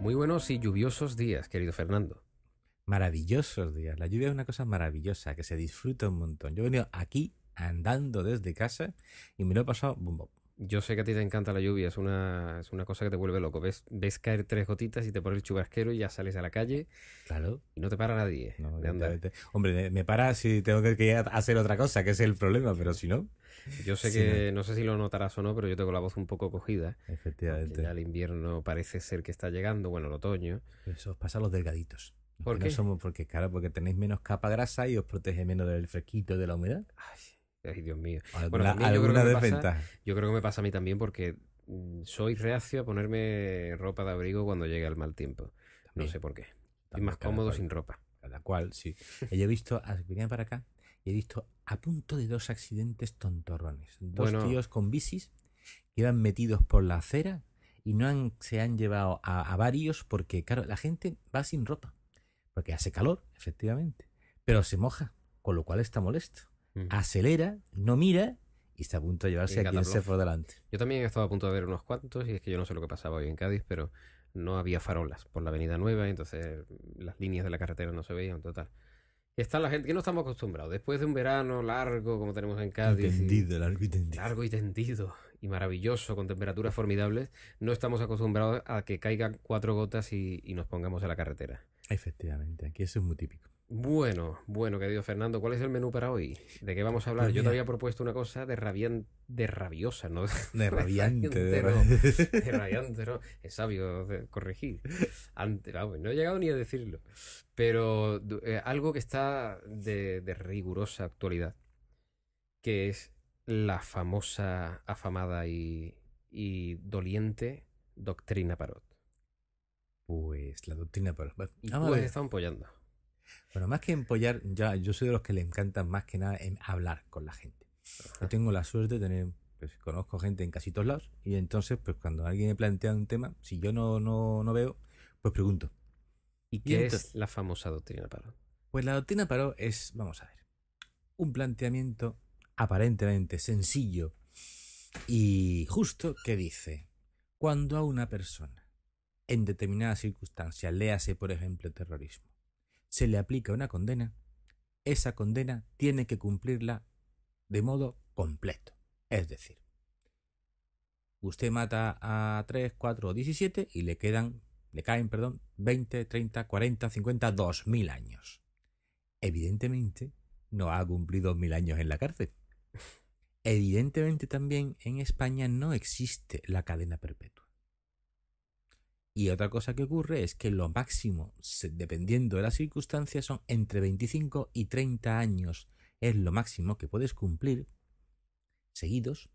Muy buenos y lluviosos días, querido Fernando. Maravillosos días. La lluvia es una cosa maravillosa que se disfruta un montón. Yo he venido aquí andando desde casa y me lo he pasado bum, bum. Yo sé que a ti te encanta la lluvia, es una cosa que te vuelve loco. Ves caer tres gotitas y te pones el chubasquero y ya sales a la calle Claro. y no te para nadie No, de andar. evidentemente. Hombre, me para si tengo que ir a hacer otra cosa, que ese es el problema, pero si no, Yo sé si no. que, no sé si lo notarás o no, pero yo tengo la voz un poco cogida, porque ya Efectivamente. el invierno parece ser que está llegando, bueno, el otoño. Eso os pasa a los delgaditos. Los ¿Por que no qué? somos, porque claro, porque tenéis menos capa grasa y os protege menos del fresquito, de la humedad. Ay, Dios mío. Bueno, Alguna, también yo creo que alguna me pasa, desventaja. yo creo que me pasa a mí también porque soy reacio a ponerme ropa de abrigo cuando llegue el mal tiempo. No También, sé por qué. Estoy también, más cómodo sin ropa. cada cual, sí. Y yo he visto, venía para acá, y he visto a punto de dos accidentes tontorrones. Dos Bueno, tíos con bicis que iban metidos por la acera y se han llevado a varios porque, claro, la gente va sin ropa. Porque hace calor, efectivamente. Pero se moja, con lo cual está molesto. mm, Acelera, no mira y está a punto de llevarse y a quien se Cataplof. por delante. Yo también he estado a punto de ver unos cuantos y es que yo no sé lo que pasaba hoy en Cádiz, pero no había farolas por la Avenida Nueva y entonces las líneas de la carretera no se veían total. Y está la gente que no estamos acostumbrados. Después de un verano largo como tenemos en Y Cádiz y tendido, largo y tendido. largo y tendido y maravilloso con temperaturas formidables, no estamos acostumbrados a que caigan cuatro gotas y nos pongamos a la carretera. Efectivamente, aquí eso es muy típico. Bueno, querido Fernando, ¿cuál es el menú para hoy? ¿De qué vamos a hablar? Pues Yo te mira, había propuesto una cosa de rabiosa, ¿no? de De rabiante, rabiante, no. De rabiante, no. Es sabio corregir. Antes, vamos, no he llegado ni a decirlo. Pero algo que está de rigurosa actualidad, que es la famosa, afamada y doliente doctrina Parot. pues la doctrina, pero bueno, Y vamos a tú has ver. estado empollando. Bueno, más que empollar, ya, yo soy de los que le encantan más que nada en hablar con la gente. Yo Ajá. tengo la suerte de tener, pues conozco gente en casi todos lados y entonces, pues cuando alguien me plantea un tema, si yo no veo, pues pregunto. ¿Y Y qué es entonces, la famosa doctrina Parot? pues la doctrina Parot es, vamos a ver, un planteamiento aparentemente sencillo y justo que dice, cuando a una persona, en determinadas circunstancias, léase por ejemplo terrorismo, se le aplica una condena, esa condena tiene que cumplirla de modo completo. Es decir, usted mata a 3 4 o 17 y le caen, perdón, 20 30 40 50 2000 años. Evidentemente, no ha cumplido 2000 años en la cárcel. Evidentemente también en España no existe la cadena perpetua. Y otra cosa que ocurre es que lo máximo, dependiendo de las circunstancias, son entre 25 y 30 años. Es lo máximo que puedes cumplir seguidos.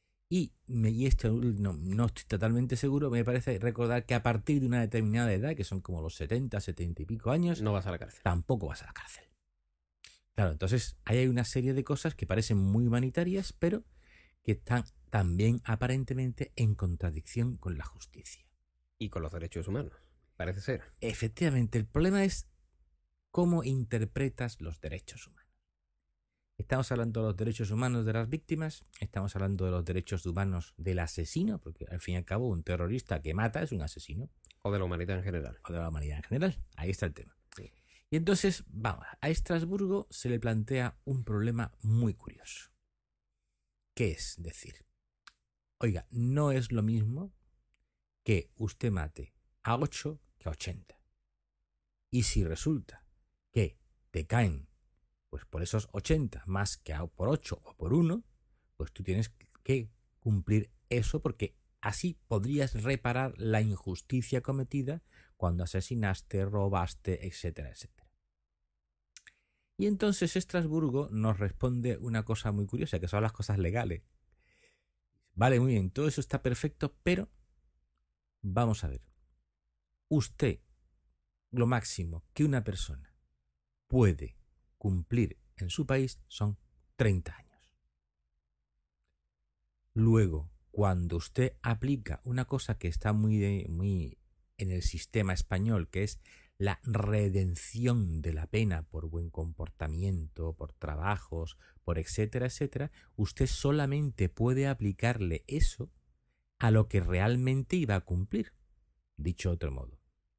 Y esto no estoy totalmente seguro, me parece recordar que a partir de una determinada edad, que son como los 70 70 y pico años, No vas a la cárcel. tampoco vas a la cárcel. Claro, entonces ahí hay una serie de cosas que parecen muy humanitarias, pero que están también aparentemente en contradicción con la justicia. Y con los derechos humanos, parece ser. Efectivamente, el problema es cómo interpretas los derechos humanos. Estamos hablando de los derechos humanos de las víctimas, estamos hablando de los derechos humanos del asesino, porque al fin y al cabo un terrorista que mata es un asesino, O de la humanidad en general. o de la humanidad en general. Ahí está el tema. Y entonces, vamos, a Estrasburgo se le plantea un problema muy curioso, que es decir, oiga, no es lo mismo que usted mate a 8 que a 80. Y si resulta que te caen pues por esos 80 más que por 8 o por uno, pues tú tienes que cumplir eso porque así podrías reparar la injusticia cometida cuando asesinaste, robaste, etcétera, etcétera. Y entonces Estrasburgo nos responde una cosa muy curiosa, que son las cosas legales. Vale, muy bien, todo eso está perfecto, pero vamos a ver. Usted, lo máximo que una persona puede cumplir en su país son 30 años. Luego, cuando usted aplica una cosa que está muy en el sistema español, que es la redención de la pena por buen comportamiento, por trabajos, por etcétera, etcétera, usted solamente puede aplicarle eso a lo que realmente iba a cumplir. Dicho de otro modo,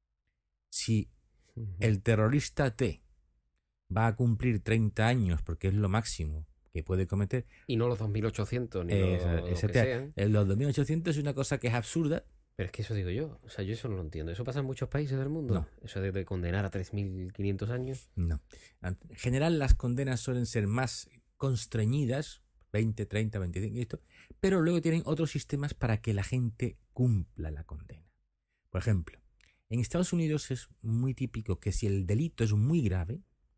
Si Ujú. el terrorista T va a cumplir 30 años porque es lo máximo que puede cometer, Y no los 2800 ni los que sean. los 2800 es una cosa que es absurda. Pero es que eso digo yo. O sea, yo eso no lo entiendo. ¿Eso pasa en muchos países del mundo? No, Eso de condenar a 3500 años. no. En general las condenas suelen ser más constreñidas, 20, 30, 25 y esto, pero luego tienen otros sistemas para que la gente cumpla la condena. Por ejemplo, en Estados Unidos es muy típico que si el delito es muy grave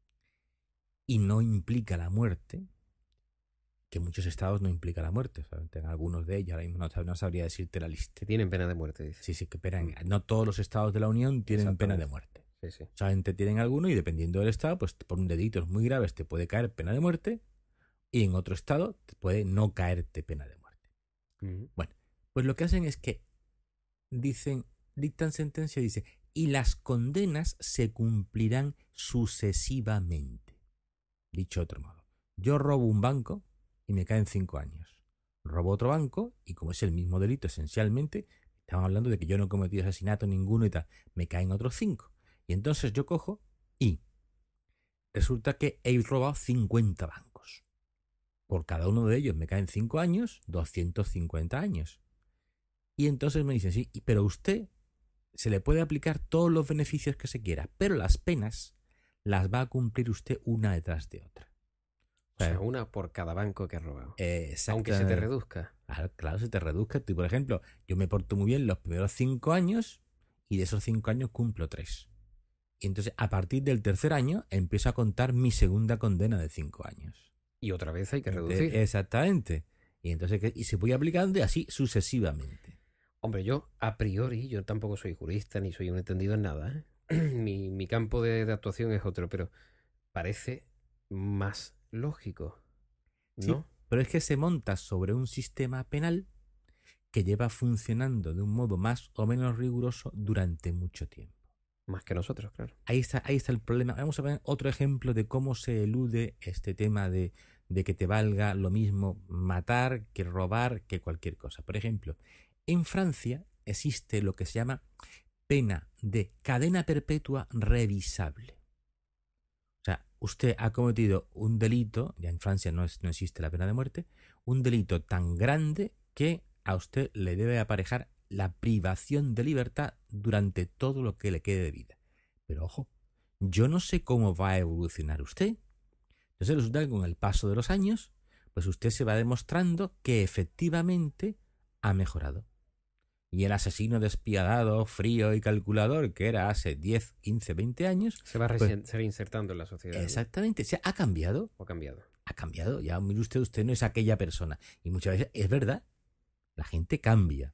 y no implica la muerte, que en muchos estados no implica la muerte, solamente en algunos de ellos, ahora mismo no sabría decirte la lista. Que tienen pena de muerte, dice. Sí, sí, que no todos los estados de la Unión tienen pena de Exactamente. muerte. Sí, sí. Solamente tienen alguno y dependiendo del estado, pues por un delitos muy graves te puede caer pena de muerte y en otro estado te puede no caerte pena de muerte. Ujú. Bueno, pues lo que hacen es que dicen, dictan sentencia y dice, y las condenas se cumplirán sucesivamente. Dicho de otro modo, yo robo un banco y me caen 5 años. Robo otro banco y como es el mismo delito esencialmente, estamos hablando de que yo no he cometido asesinato ninguno y tal, me caen otros 5. Y entonces yo cojo y resulta que he robado 50 bancos. Por cada uno de ellos me caen 5 años, 250 años. Y entonces me dicen, sí, pero usted se le puede aplicar todos los beneficios que se quiera, pero las penas las va a cumplir usted una detrás de otra. O sea, una por cada banco que has robado. Aunque se te Exactamente. reduzca. Claro, se te reduzca. Tú, por ejemplo, yo me porto muy bien los primeros 5 años y de esos 5 años cumplo 3. Y entonces, a partir del tercer año, empiezo a contar mi segunda condena de 5 años. Y otra vez hay que reducir. Exactamente. Y entonces, y se voy aplicando y así sucesivamente. Hombre, yo a priori, yo tampoco soy jurista ni soy un entendido en nada, ¿eh? Mi campo de actuación es otro, pero parece más lógico, Sí, ¿no? pero es que se monta sobre un sistema penal que lleva funcionando de un modo más o menos riguroso durante mucho tiempo. Más que nosotros, claro. Ahí está el problema. Vamos a ver otro ejemplo de cómo se elude este tema de que te valga lo mismo matar que robar que cualquier cosa. Por ejemplo, en Francia existe lo que se llama pena de cadena perpetua revisable. O sea, usted ha cometido un delito, ya en Francia no existe la pena de muerte, un delito tan grande que a usted le debe aparejar la privación de libertad durante todo lo que le quede de vida. Pero ojo, yo no sé cómo va a evolucionar usted. Entonces resulta que con el paso de los años, pues usted se va demostrando que efectivamente ha mejorado. Y el asesino despiadado, frío y calculador que era hace 10, 15, 20 años, Se va pues reinsertando en la sociedad, ¿no? exactamente, se ha cambiado. ¿O ha cambiado? Ha cambiado. Ya mire usted no es aquella persona. Y muchas veces es verdad, la gente cambia.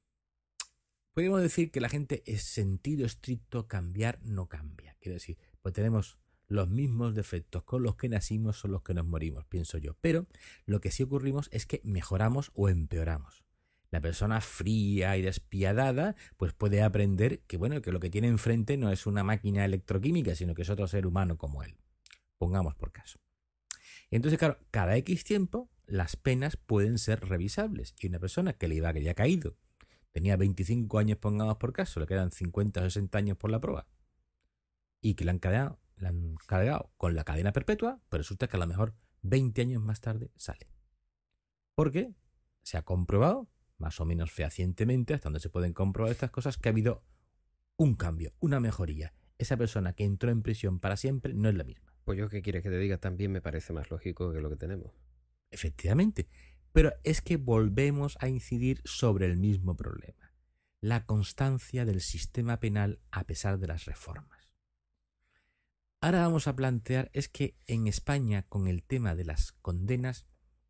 Podemos decir que la gente en sentido estricto cambiar no cambia. Quiero decir, pues tenemos los mismos defectos con los que nacimos son los que nos morimos, pienso yo. Pero lo que sí ocurrimos es que mejoramos o empeoramos. La persona fría y despiadada pues puede aprender que bueno, que lo que tiene enfrente no es una máquina electroquímica, sino que es otro ser humano como él. Pongamos por caso. Entonces, claro, cada X tiempo las penas pueden ser revisables. Y una persona que le haya caído, tenía 25 años pongamos por caso, le quedan 50 o 60 años por la prueba, y que le han cargado con la cadena perpetua, pues resulta que a lo mejor 20 años más tarde sale. Porque se ha comprobado, más o menos fehacientemente, hasta donde se pueden comprobar estas cosas, que ha habido un cambio, una mejoría. Esa persona que entró en prisión para siempre no es la misma. Pues yo, ¿qué quieres que te diga? También me parece más lógico que lo que tenemos. Efectivamente. Pero es que volvemos a incidir sobre el mismo problema. La constancia del sistema penal a pesar de las reformas. Ahora vamos a plantear es que en España con el tema de las condenas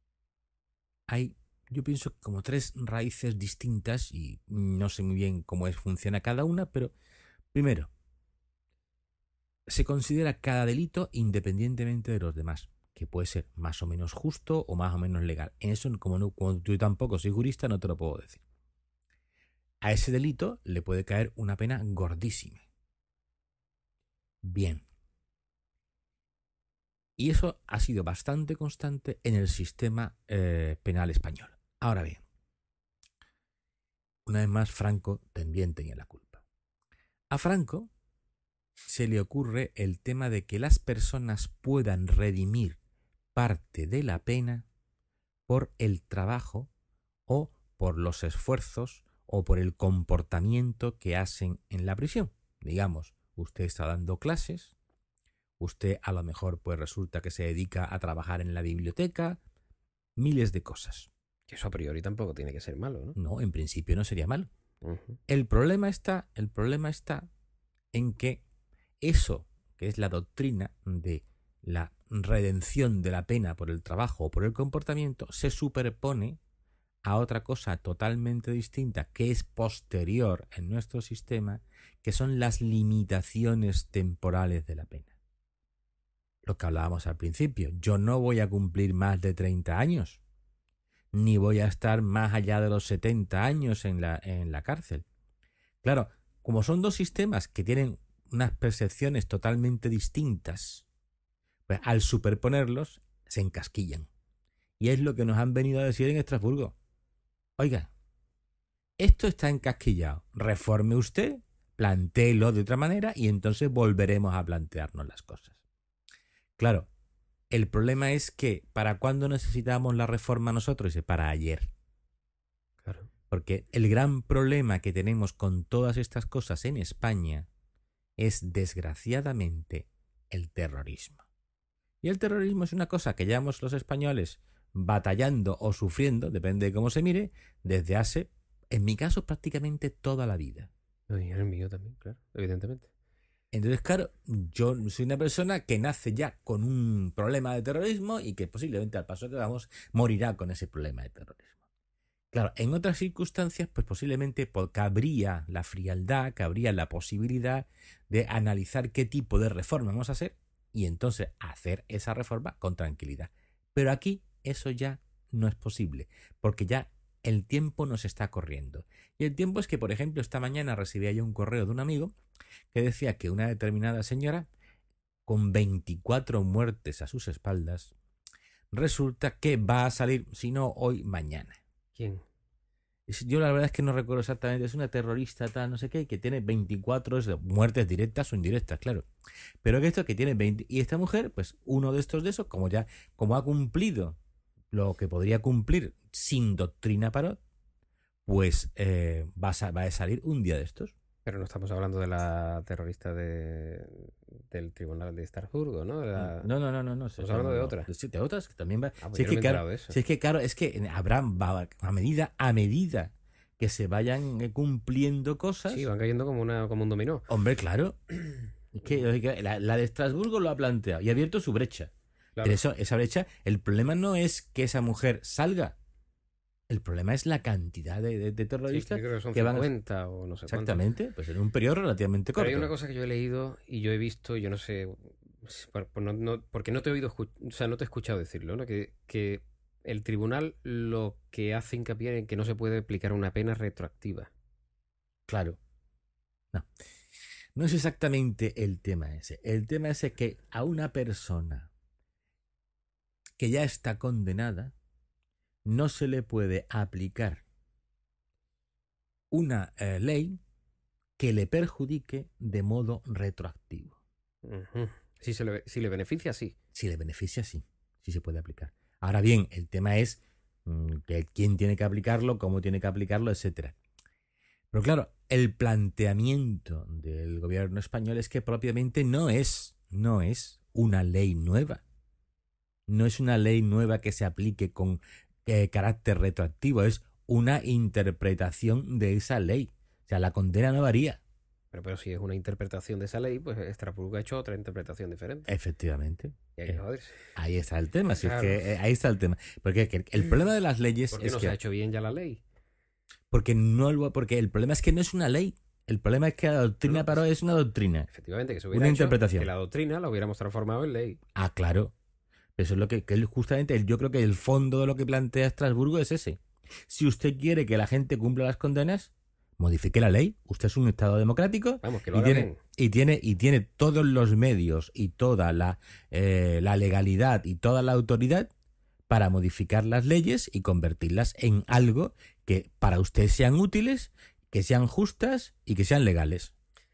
hay, yo pienso, como tres raíces distintas y no sé muy bien funciona cada una, pero primero, se considera cada delito independientemente de los demás, que puede ser más o menos justo o más o menos legal. En eso, como yo tampoco soy jurista, no te lo puedo decir. A ese delito le puede caer una pena gordísima. Bien. Y eso ha sido bastante constante en el sistema penal español. Ahora bien, una vez más, Franco también tenía la culpa. A Franco se le ocurre el tema de que las personas puedan redimir parte de la pena por el trabajo o por los esfuerzos o por el comportamiento que hacen en la prisión. Digamos, usted está dando clases, usted a lo mejor pues resulta que se dedica a trabajar en la biblioteca, miles de cosas. Que eso a priori tampoco tiene que ser malo, ¿no? No, en principio no sería malo. Uh-huh. El problema está en que eso, que es la doctrina de la redención de la pena por el trabajo o por el comportamiento, se superpone a otra cosa totalmente distinta que es posterior en nuestro sistema, que son las limitaciones temporales de la pena. Lo que hablábamos al principio, yo no voy a cumplir más de 30 años, ni voy a estar más allá de los 70 años en la cárcel. Claro, como son dos sistemas que tienen unas percepciones totalmente distintas, pues al superponerlos se encasquillan. Y es lo que nos han venido a decir en Estrasburgo. Oiga, esto está encasquillado. Reforme usted, plantéelo de otra manera y entonces volveremos a plantearnos las cosas. Claro, el problema es que ¿para cuándo necesitamos la reforma nosotros? Dice, para ayer. Claro. Porque el gran problema que tenemos con todas estas cosas en España es, desgraciadamente, el terrorismo. Y el terrorismo es una cosa que llevamos los españoles batallando o sufriendo, depende de cómo se mire, desde hace, en mi caso, prácticamente toda la vida. Y en el mío también, claro, evidentemente. Entonces, claro, yo soy una persona que nace ya con un problema de terrorismo y que posiblemente al paso que vamos morirá con ese problema de terrorismo. Claro, en otras circunstancias, pues posiblemente cabría la frialdad, cabría la posibilidad de analizar qué tipo de reforma vamos a hacer y entonces hacer esa reforma con tranquilidad. Pero aquí eso ya no es posible, porque ya el tiempo nos está corriendo. Y el tiempo es que, por ejemplo, esta mañana recibía yo un correo de un amigo que decía que una determinada señora, con 24 muertes a sus espaldas, resulta que va a salir, si no hoy, mañana. ¿Quién? Yo la verdad es que no recuerdo exactamente, es una terrorista tal, no sé qué, que tiene 24 muertes directas o indirectas, claro. Pero que esto que tiene 20, y esta mujer, pues uno de esos, como ha cumplido lo que podría cumplir sin doctrina Parot, pues va a salir un día de estos. Pero no estamos hablando de la terrorista del Tribunal de Estrasburgo, ¿no? No. Estamos hablando de otra. Sí, de otras que también va. Ah, pues Si yo es no me he que, enterado de eso. si es que, claro, es que habrán, a medida que se vayan cumpliendo cosas. Sí, van cayendo como un dominó. Hombre, claro. Es que la de Estrasburgo lo ha planteado y ha abierto su brecha. Claro. Pero esa brecha, el problema no es que esa mujer salga. El problema es la cantidad de terroristas sí, creo que son que van 50 o no sé cuántos. Exactamente, pues en un periodo relativamente corto. Pero hay una cosa que yo he leído y yo he visto, yo no sé, porque no te he oído, o sea, no te he escuchado decirlo, ¿no? Que el tribunal lo que hace hincapié en que no se puede aplicar una pena retroactiva. Claro. No es exactamente el tema ese. El tema ese es que a una persona que ya está condenada no se le puede aplicar una ley que le perjudique de modo retroactivo. Uh-huh. Si le beneficia, sí. Si le beneficia, sí se puede aplicar. Ahora bien, el tema es que quién tiene que aplicarlo, cómo tiene que aplicarlo, etcétera. Pero claro, el planteamiento del gobierno español es que propiamente no es una ley nueva. No es una ley nueva que se aplique con carácter retroactivo, es una interpretación de esa ley. O sea, la condena no varía. Pero si es una interpretación de esa ley, pues Estrasburgo ha hecho otra interpretación diferente. Efectivamente. Y hay que joderse. Ahí está el tema. Claro. Si es que, ahí está el tema. Porque el problema de las leyes ¿Por qué es no que se ha hecho bien ya la ley? porque el problema es que no es una ley. El problema es que la doctrina Parot es una doctrina. Efectivamente, que se hubiera Una hecho interpretación. que la doctrina la hubiéramos transformado en ley. Ah, claro. Eso es lo que justamente yo creo que el fondo de lo que plantea Estrasburgo es ese. Si usted quiere que la gente cumpla las condenas, modifique la ley. Usted es un Estado democrático. Vamos, que lo haga bien. Y tiene todos los medios y toda la legalidad y toda la autoridad para modificar las leyes y convertirlas en algo que para usted sean útiles, que sean justas y que sean legales.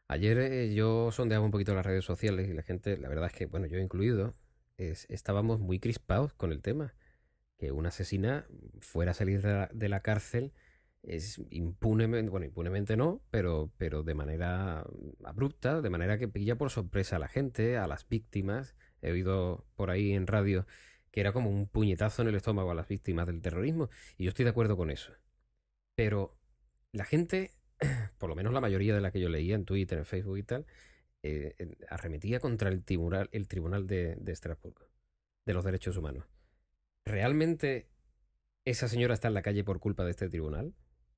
Ayer yo sondeaba un poquito las redes sociales y la gente, la verdad es que, bueno, yo incluido, estábamos muy crispados con el tema. Que una asesina fuera a salir de la cárcel es impunemente, bueno, impunemente no, pero de manera abrupta, de manera que pilla por sorpresa a la gente, a las víctimas. He oído por ahí en radio que era como un puñetazo en el estómago a las víctimas del terrorismo, y yo estoy de acuerdo con eso. Pero la gente, por lo menos la mayoría de la que yo leía en Twitter, en Facebook y tal, arremetía contra el tribunal de Estrasburgo, de los derechos humanos. ¿Realmente esa señora está en la calle por culpa de este tribunal?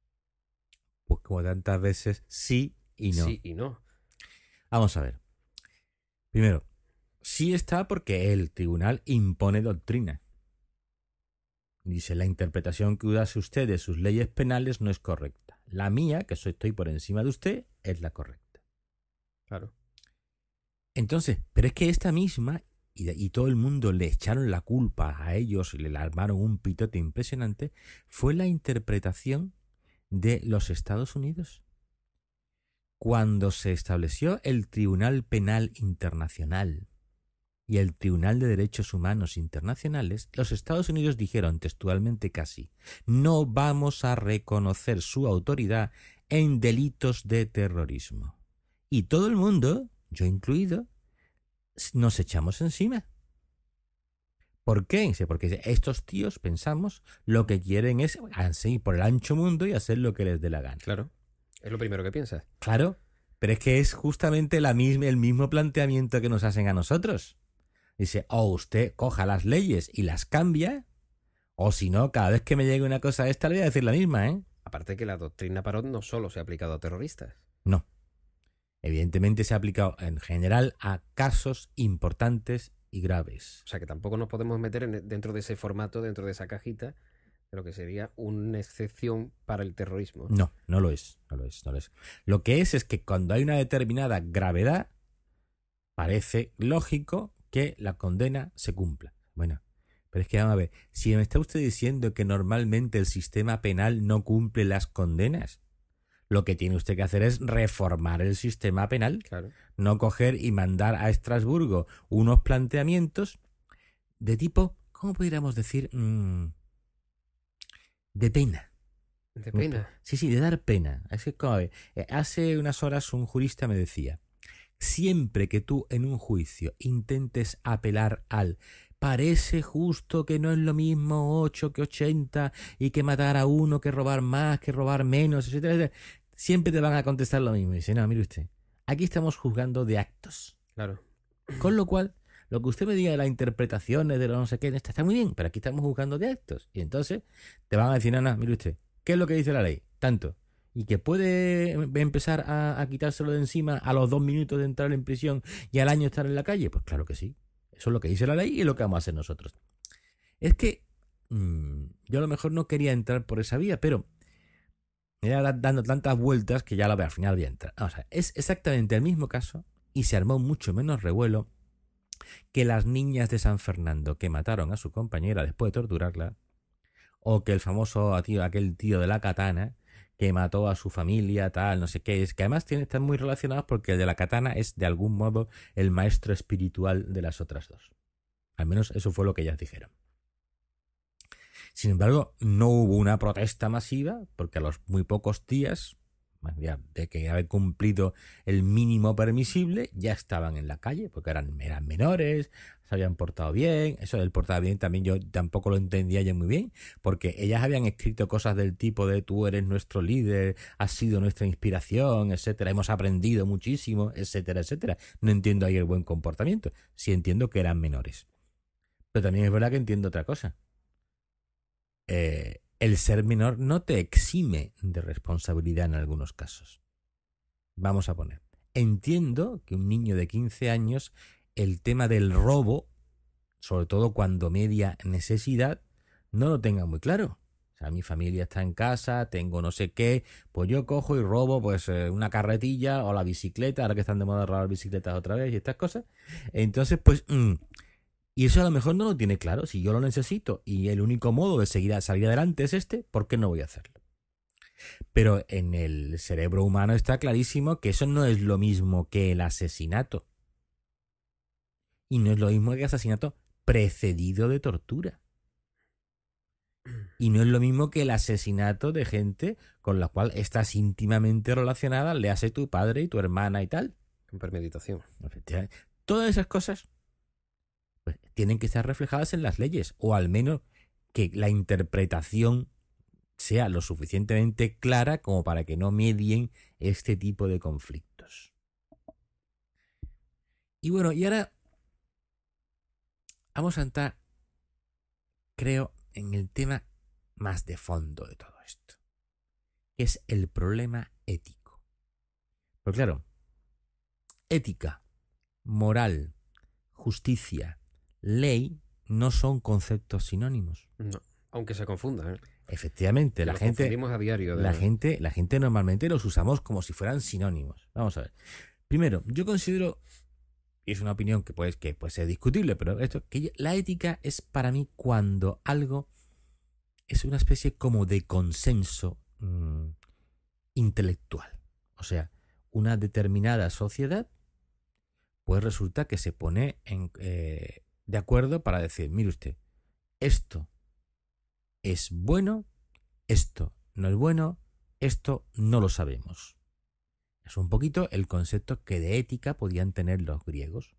Pues como tantas veces, sí y no. Sí y no. Vamos a ver. Primero, sí está porque el tribunal impone doctrina. Dice, la interpretación que hace usted de sus leyes penales no es correcta. La mía, que estoy por encima de usted, es la correcta. Claro. Entonces, pero es que esta misma, y todo el mundo le echaron la culpa a ellos y le armaron un pitote impresionante, fue la interpretación de los Estados Unidos. Cuando se estableció el Tribunal Penal Internacional y el Tribunal de Derechos Humanos Internacionales, los Estados Unidos dijeron textualmente casi, no vamos a reconocer su autoridad en delitos de terrorismo. Y todo el mundo, yo incluido, nos echamos encima. ¿Por qué? Dice, porque estos tíos, pensamos, lo que quieren es seguir por el ancho mundo y hacer lo que les dé la gana. Claro. Es lo primero que piensas. Claro, pero es que es justamente el mismo planteamiento que nos hacen a nosotros. Dice, o usted coja las leyes y las cambia, o si no, cada vez que me llegue una cosa esta le voy a decir la misma, ¿eh? Aparte que la doctrina Parot no solo se ha aplicado a terroristas. No. Evidentemente se ha aplicado en general a casos importantes y graves. O sea que tampoco nos podemos meter dentro de ese formato, dentro de esa cajita, de lo que sería una excepción para el terrorismo. No, no lo es, no lo es, no lo es. Lo que es que cuando hay una determinada gravedad, parece lógico que la condena se cumpla. Bueno, pero es que vamos a ver, si me está usted diciendo que normalmente el sistema penal no cumple las condenas, lo que tiene usted que hacer es reformar el sistema penal, Claro. no coger y mandar a Estrasburgo unos planteamientos de tipo, ¿cómo pudiéramos decir? De pena. De pena. Sí, sí, de dar pena. Es que, como, hace unas horas un jurista me decía, siempre que tú en un juicio intentes apelar al parece justo que no es lo mismo 8 que 80 y que matar a uno que robar más, que robar menos, etcétera, etcétera, siempre te van a contestar lo mismo. Y dice, no, mire usted, aquí estamos juzgando de actos. Claro. Con lo cual, lo que usted me diga de las interpretaciones, de lo no sé qué, está muy bien, pero aquí estamos juzgando de actos. Y entonces te van a decir, no, no, mire usted, ¿qué es lo que dice la ley? Tanto. Y que puede empezar a quitárselo de encima a los 2 minutos de entrar en prisión y al año estar en la calle. Pues claro que sí. Eso es lo que dice la ley y es lo que vamos a hacer nosotros. Es que yo a lo mejor no quería entrar por esa vía, pero me iba dando tantas vueltas que ya al final voy a entrar. O sea, es exactamente el mismo caso y se armó mucho menos revuelo que las niñas de San Fernando que mataron a su compañera después de torturarla, o que el famoso tío, aquel tío de la katana que mató a su familia, tal, no sé qué, es que además están muy relacionados porque el de la katana es de algún modo el maestro espiritual de las otras dos. Al menos eso fue lo que ellas dijeron. Sin embargo, no hubo una protesta masiva porque a los muy pocos días, ya de que haber cumplido el mínimo permisible, ya estaban en la calle porque eran menores, se habían portado bien. Eso del portado bien también yo tampoco lo entendía ya muy bien, porque ellas habían escrito cosas del tipo de tú eres nuestro líder, has sido nuestra inspiración, etcétera, hemos aprendido muchísimo, etcétera, etcétera. No entiendo ahí el buen comportamiento. Sí entiendo que eran menores. Pero también es verdad que entiendo otra cosa. El ser menor no te exime de responsabilidad en algunos casos. Vamos a poner. Entiendo que un niño de 15 años, el tema del robo, sobre todo cuando media necesidad, no lo tenga muy claro. O sea, mi familia está en casa, tengo no sé qué, pues yo cojo y robo pues una carretilla o la bicicleta, ahora que están de moda robar bicicletas otra vez y estas cosas. Entonces, pues... y eso a lo mejor no lo tiene claro. Si yo lo necesito y el único modo de salir adelante es este, ¿por qué no voy a hacerlo? Pero en el cerebro humano está clarísimo que eso no es lo mismo que el asesinato. Y no es lo mismo que el asesinato precedido de tortura. Y no es lo mismo que el asesinato de gente con la cual estás íntimamente relacionada, le hace tu padre y tu hermana y tal. Con premeditación. Efectivamente. Todas esas cosas pues, tienen que estar reflejadas en las leyes, o al menos que la interpretación sea lo suficientemente clara como para que no medien este tipo de conflictos. Y bueno, y ahora vamos a entrar, creo, en el tema más de fondo de todo esto, que es el problema ético. Porque claro, ética, moral, justicia, ley no son conceptos sinónimos. No, aunque se confundan, ¿eh? Efectivamente, Que los confundimos a diario. la gente normalmente los usamos como si fueran sinónimos. Vamos a ver. Primero, yo considero, y es una opinión que puede ser discutible, pero esto, que la ética es para mí cuando algo es una especie como de consenso intelectual. O sea, una determinada sociedad, pues resulta que se pone de acuerdo para decir, mire usted, esto es bueno, esto no es bueno, esto no lo sabemos. Es un poquito el concepto que de ética podían tener los griegos.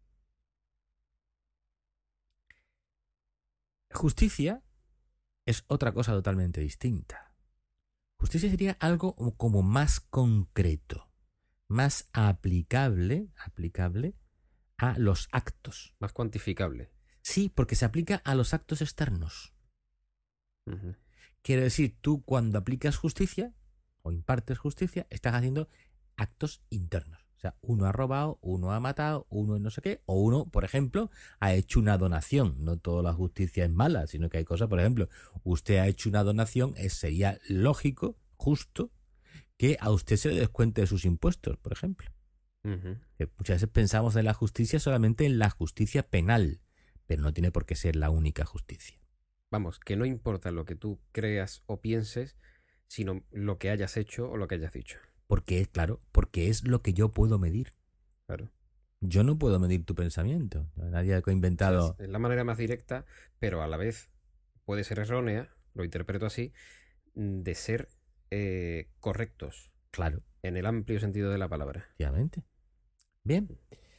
Justicia es otra cosa totalmente distinta. Justicia sería algo como más concreto, más aplicable a los actos. Más cuantificable. Sí, porque se aplica a los actos externos. Uh-huh. Quiere decir, tú cuando aplicas justicia o impartes justicia, estás haciendo actos internos. O sea, uno ha robado, uno ha matado, uno no sé qué, o uno, por ejemplo, ha hecho una donación. No toda la justicia es mala, sino que hay cosas, por ejemplo, usted ha hecho una donación, sería lógico, justo, que a usted se le descuente de sus impuestos, por ejemplo. Uh-huh. Muchas veces pensamos en la justicia solamente en la justicia penal, pero no tiene por qué ser la única justicia. Vamos, que no importa lo que tú creas o pienses, sino lo que hayas hecho o lo que hayas dicho. Porque es, claro, porque es lo que yo puedo medir. Claro. Yo no puedo medir tu pensamiento. Nadie ha O sea, inventado. es la manera más directa, pero a la vez puede ser errónea, lo interpreto así, de ser correctos Claro, en el amplio sentido de la palabra. efectivamente. Bien.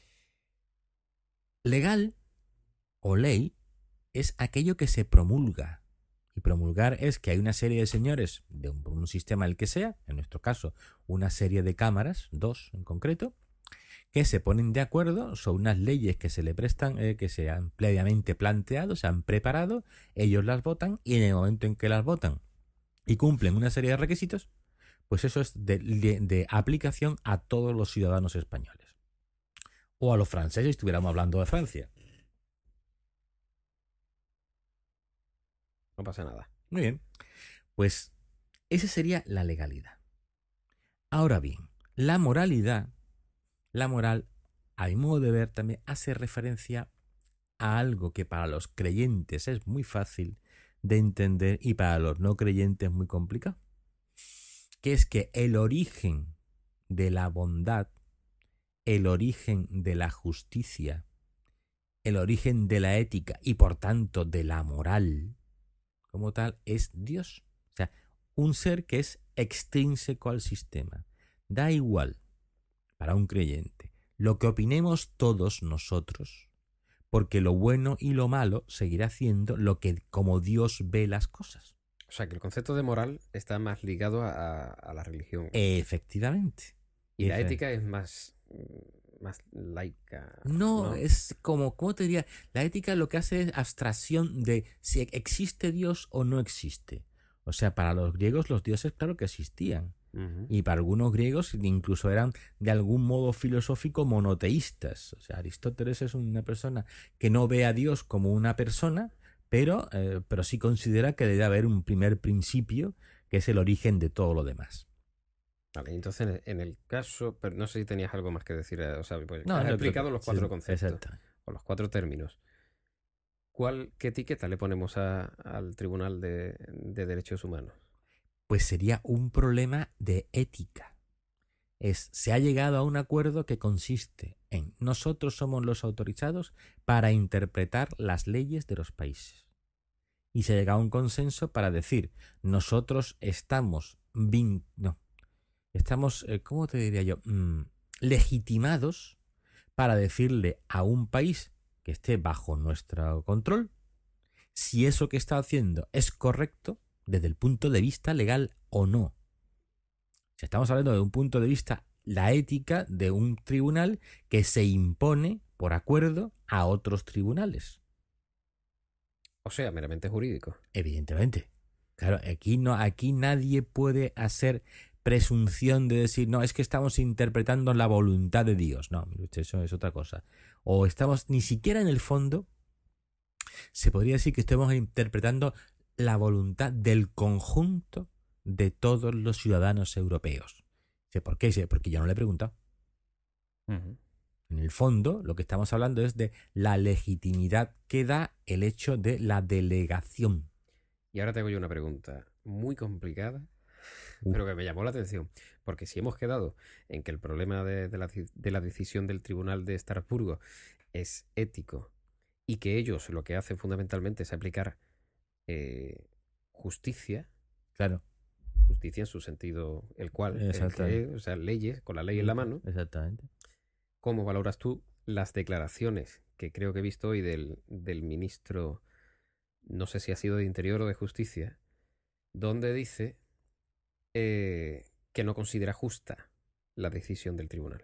Legal o ley es aquello que se promulga. Y promulgar es que hay una serie de señores de un sistema el que sea, en nuestro caso, una serie de cámaras, dos en concreto, que se ponen de acuerdo sobre unas leyes que se le prestan, que se han previamente planteado, se han preparado, ellos las votan y en el momento en que las votan y cumplen una serie de requisitos, pues eso es de aplicación a todos los ciudadanos españoles. O a los franceses si estuviéramos hablando de Francia. No pasa nada. Muy bien. Pues esa sería la legalidad. Ahora bien, la moral, a mi modo de ver, también hace referencia a algo que para los creyentes es muy fácil de entender y para los no creyentes muy complicado. Que es que el origen de la bondad, el origen de la justicia, el origen de la ética y por tanto de la moral como tal es Dios. O sea, un ser que es extrínseco al sistema. Da igual para un creyente lo que opinemos todos nosotros, porque lo bueno y lo malo seguirá siendo lo que como Dios ve las cosas. O sea, que el concepto de moral está más ligado a la religión. Efectivamente. Y la ética es más laica, No, ¿no? es como, ¿cómo te diría? La ética lo que hace es abstracción de si existe Dios o no existe. O sea, para los griegos los dioses claro que existían. Uh-huh. Y para algunos griegos incluso eran de algún modo filosófico monoteístas. O sea, Aristóteles es una persona que no ve a Dios como una persona, pero sí considera que debe haber un primer principio que es el origen de todo lo demás. Vale, entonces en el caso, pero no sé si tenías algo más que decir, o sea, pues No, has no creo explicado que. los Sí, cuatro conceptos exacto. o los cuatro términos. ¿Qué etiqueta le ponemos al Tribunal de Derechos Humanos? Pues sería un problema de ética. Se ha llegado a un acuerdo que consiste en nosotros somos los autorizados para interpretar las leyes de los países. Y se ha llegado a un consenso para decir, nosotros estamos, ¿cómo te diría yo? Legitimados para decirle a un país que esté bajo nuestro control si eso que está haciendo es correcto desde el punto de vista legal o no. Si estamos hablando de un punto de vista, la ética de un tribunal que se impone por acuerdo a otros tribunales. O sea, meramente jurídico. Evidentemente. Claro, aquí nadie puede hacer presunción de decir, no, es que estamos interpretando la voluntad de Dios. No, mire usted, eso es otra cosa. O estamos, ni siquiera en el fondo, se podría decir que estamos interpretando la voluntad del conjunto de todos los ciudadanos europeos. ¿Por qué? Porque yo no le he preguntado. En el fondo, lo que estamos hablando es de la legitimidad que da el hecho de la delegación. Y ahora te hago yo una pregunta muy complicada, pero que me llamó la atención. Porque si hemos quedado en que el problema de la decisión del Tribunal de Estrasburgo es ético y que ellos lo que hacen fundamentalmente es aplicar justicia. Claro. Justicia en su sentido, el cual, o sea, leyes, con la ley en la mano. Exactamente. ¿Cómo valoras tú las declaraciones que creo que he visto hoy del ministro, no sé si ha sido de Interior o de Justicia, donde dice que no considera justa la decisión del tribunal?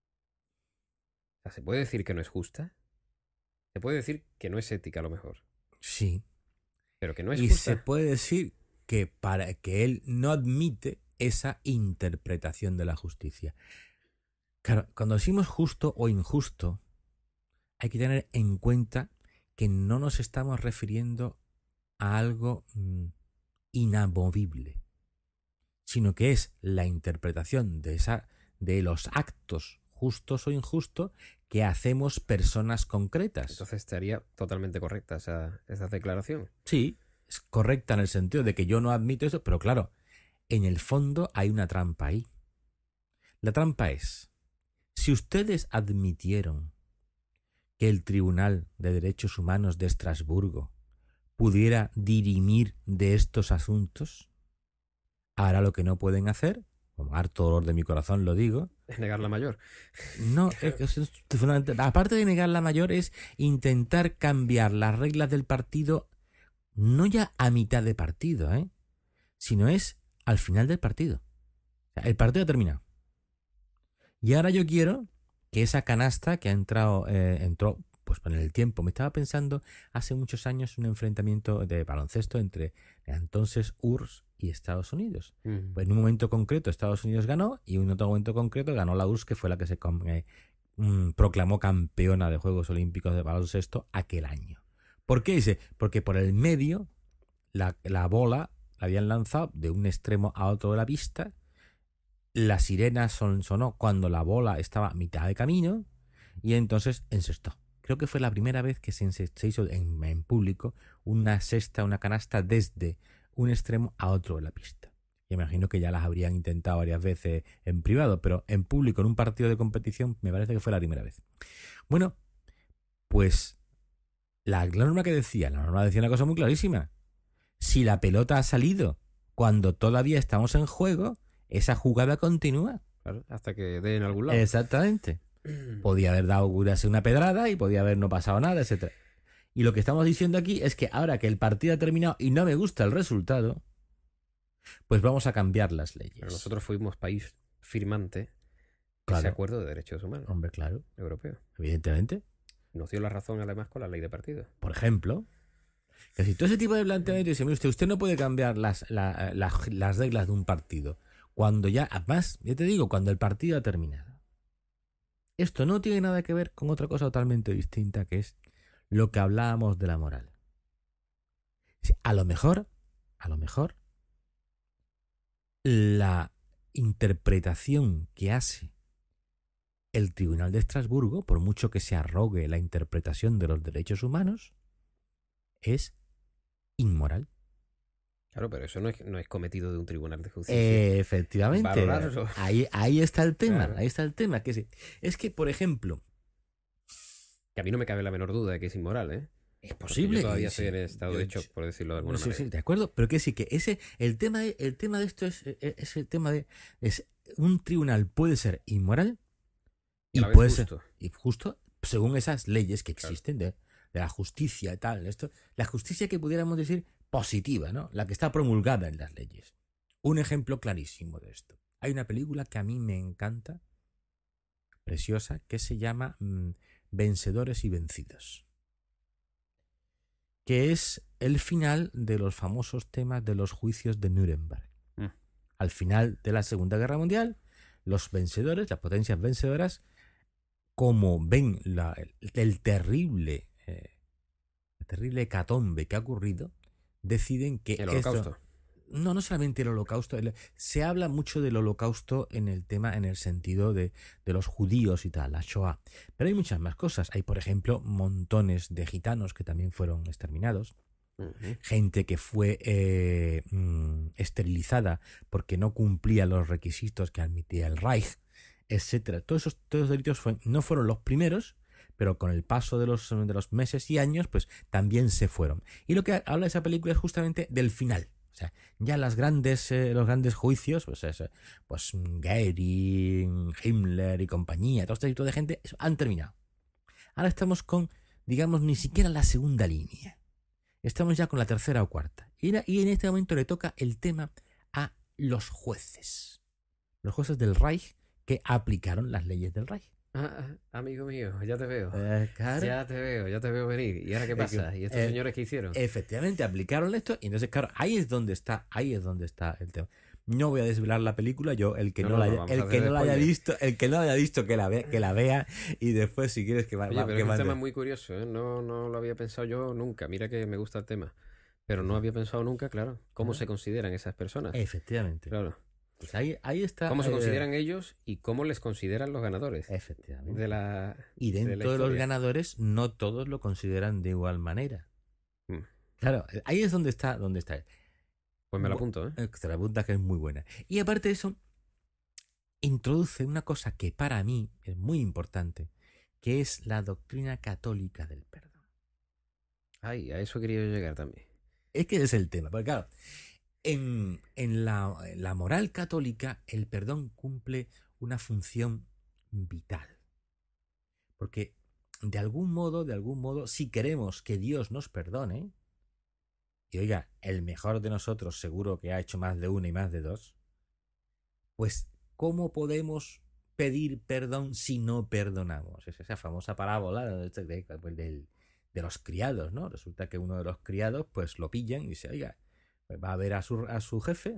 O sea, ¿se puede decir que no es justa? Se puede decir que no es ética a lo mejor. Sí. Pero que no es justa. Y se puede decir que él no admite esa interpretación de la justicia. Claro, cuando decimos justo o injusto, hay que tener en cuenta que no nos estamos refiriendo a algo inamovible, sino que es la interpretación de los actos justos o injustos que hacemos personas concretas. Entonces estaría totalmente correcta esa declaración. Sí, es correcta en el sentido de que yo no admito eso, pero claro, en el fondo hay una trampa ahí. La trampa es, si ustedes admitieron que el Tribunal de Derechos Humanos de Estrasburgo pudiera dirimir de estos asuntos, ahora lo que no pueden hacer, con harto dolor de mi corazón lo digo, es negar la mayor. No, aparte de negar la mayor, es intentar cambiar las reglas del partido, no ya a mitad de partido, sino es al final del partido. O sea, el partido ha terminado. Y ahora yo quiero que esa canasta que entró pues en el tiempo. Me estaba pensando hace muchos años un enfrentamiento de baloncesto entre entonces URSS y Estados Unidos. Pues en un momento concreto Estados Unidos ganó y en otro momento concreto ganó la URSS, que fue la que se proclamó campeona de Juegos Olímpicos de baloncesto aquel año. ¿Por qué dice? Porque por el medio la bola la habían lanzado de un extremo a otro de la pista. La sirena sonó cuando la bola estaba a mitad de camino y entonces encestó. Creo que fue la primera vez que se hizo en público una canasta desde un extremo a otro de la pista. Y imagino que ya las habrían intentado varias veces en privado, pero en público, en un partido de competición, me parece que fue la primera vez. Bueno, pues la norma decía una cosa muy clarísima. Si la pelota ha salido cuando todavía estamos en juego, esa jugada continúa. Claro, hasta que dé en algún lado. Exactamente. Podía haber dado una pedrada y podía haber no pasado nada, etc. Y lo que estamos diciendo aquí es que ahora que el partido ha terminado y no me gusta el resultado, pues vamos a cambiar las leyes. Pero nosotros fuimos país firmante de ese acuerdo de derechos humanos. Hombre, claro. Europeo. Evidentemente. Nos dio la razón además con la ley de partido. Por ejemplo, que si todo ese tipo de planteamiento dice, mire usted no puede cambiar las reglas de un partido. Cuando ya, además, ya te digo, cuando el partido ha terminado. Esto no tiene nada que ver con otra cosa totalmente distinta, que es lo que hablábamos de la moral. A lo mejor, la interpretación que hace el Tribunal de Estrasburgo, por mucho que se arrogue la interpretación de los derechos humanos, es inmoral. Claro, pero eso no es cometido de un tribunal de justicia. Efectivamente, Valorarlo. ahí está el tema, Claro. ahí está el tema. Es que, por ejemplo, Que a mí no me cabe la menor duda de que es inmoral, ¿eh? es Porque yo posible, y todavía estoy en sí, estado de shock, por decirlo de no alguna sé, manera. sí, de acuerdo, pero que sí, que el tema de esto es el tema de, es un tribunal puede ser inmoral Y a y la vez puede ser justo. y justo según esas leyes que Claro. existen de la justicia y tal, esto, la justicia que pudiéramos decir positiva, ¿no? La que está promulgada en las leyes. Un ejemplo clarísimo de esto. Hay una película que a mí me encanta, preciosa, que se llama Vencedores y Vencidos, que es el final de los famosos temas de los juicios de Nuremberg. Mm. Al final de la Segunda Guerra Mundial, los vencedores, las potencias vencedoras, como ven el terrible hecatombe que ha ocurrido, deciden que El eso... holocausto. No solamente el holocausto, se habla mucho del holocausto en el tema, en el sentido de los judíos y tal, la Shoah. Pero hay muchas más cosas. Hay, por ejemplo, montones de gitanos que también fueron exterminados, Ujú. gente que fue esterilizada porque no cumplía los requisitos que admitía el Reich, etcétera. Todos esos delitos no fueron los primeros, pero con el paso de los meses y años, pues también se fueron. Y lo que habla esa película es justamente del final. O sea, ya los grandes juicios, pues Goering, Himmler y compañía, todo este tipo de gente, han terminado. Ahora estamos con, digamos, ni siquiera la segunda línea. Estamos ya con la tercera o cuarta. Y en este momento le toca el tema a los jueces. Los jueces del Reich que aplicaron las leyes del Reich. Amigo mío, ya te veo. Claro. Ya te veo venir. ¿Y ahora qué pasa? ¿Y estos Eh, señores qué hicieron? efectivamente, aplicaron esto. Y entonces, claro, ahí es donde está el tema. No voy a desvelar la película, yo, No, no, no vamos a hacer spoiler. el que no la haya visto, que la vea, y después si quieres Oye, pero que es un tema mande. muy curioso, ¿eh? No, no lo había pensado yo nunca. Mira que me gusta el tema. Pero no había pensado nunca, claro, cómo ¿Ah? se consideran esas personas. Efectivamente. Claro. Pues ahí está. Cómo se consideran ellos y cómo les consideran los ganadores de Efectivamente. la, Y de la dentro de los historia. ganadores, no todos lo consideran de igual manera. Mm. Claro, ahí es donde está. Pues me lo apunto, ¿eh? Esta pregunta que es muy buena. Y aparte de eso, introduce una cosa que para mí es muy importante, que es la doctrina católica del perdón. Ay, a eso quería yo llegar también. Es que ese es el tema, porque claro, en la moral católica el perdón cumple una función vital. Porque de algún modo, si queremos que Dios nos perdone, y oiga, el mejor de nosotros seguro que ha hecho más de una y más de dos, pues ¿cómo podemos pedir perdón si no perdonamos? Es esa famosa parábola de los criados, ¿no? Resulta que uno de los criados pues lo pillan y dice, oiga, pues va a ver a su jefe,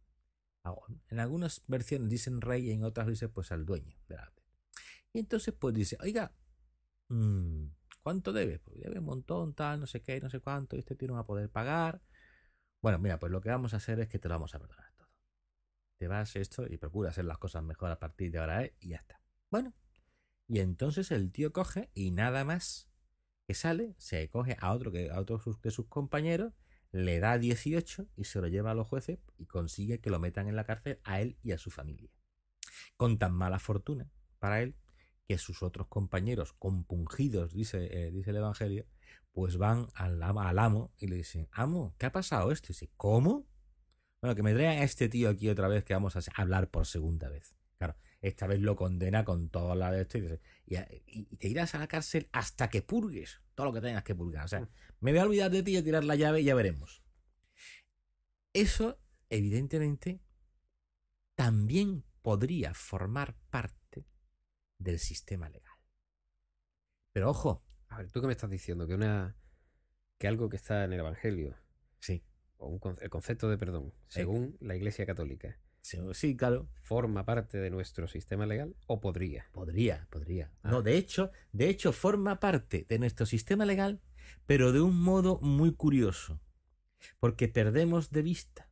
en algunas versiones dicen rey y en otras dicen pues al dueño de la... Y entonces pues dice, oiga, mm, ¿cuánto debe? Pues debe un montón, tal, no sé qué, no sé cuánto, y este tío no va a poder pagar. Bueno, mira, pues lo que vamos a hacer es que te lo vamos a perdonar todo. Te vas esto y procura hacer las cosas mejor a partir de ahora, ¿eh? Y ya está. Bueno, y entonces el tío coge y nada más que sale, se coge a otro de sus compañeros, le da 18 y se lo lleva a los jueces y consigue que lo metan en la cárcel a él y a su familia. Con tan mala fortuna para él que sus otros compañeros, compungidos, dice el Evangelio, pues van al amo y le dicen, amo, ¿qué ha pasado esto? Y dice, ¿cómo? Bueno, que me traigan a este tío aquí otra vez que vamos a hablar por segunda vez. Claro, esta vez lo condena con todo la de esto y te irás a la cárcel hasta que purgues todo lo que tengas que purgar. O sea, me voy a olvidar de ti y a tirar la llave y ya veremos. Eso, evidentemente, también podría formar parte del sistema legal. Pero ojo, A ver, ¿tú qué me estás diciendo? Que algo que está en el Evangelio, sí, o el concepto de perdón, eh, según la Iglesia Católica, sí, sí, claro, forma parte de nuestro sistema legal o podría. podría. No, Ah, de hecho forma parte de nuestro sistema legal, pero de un modo muy curioso, porque perdemos de vista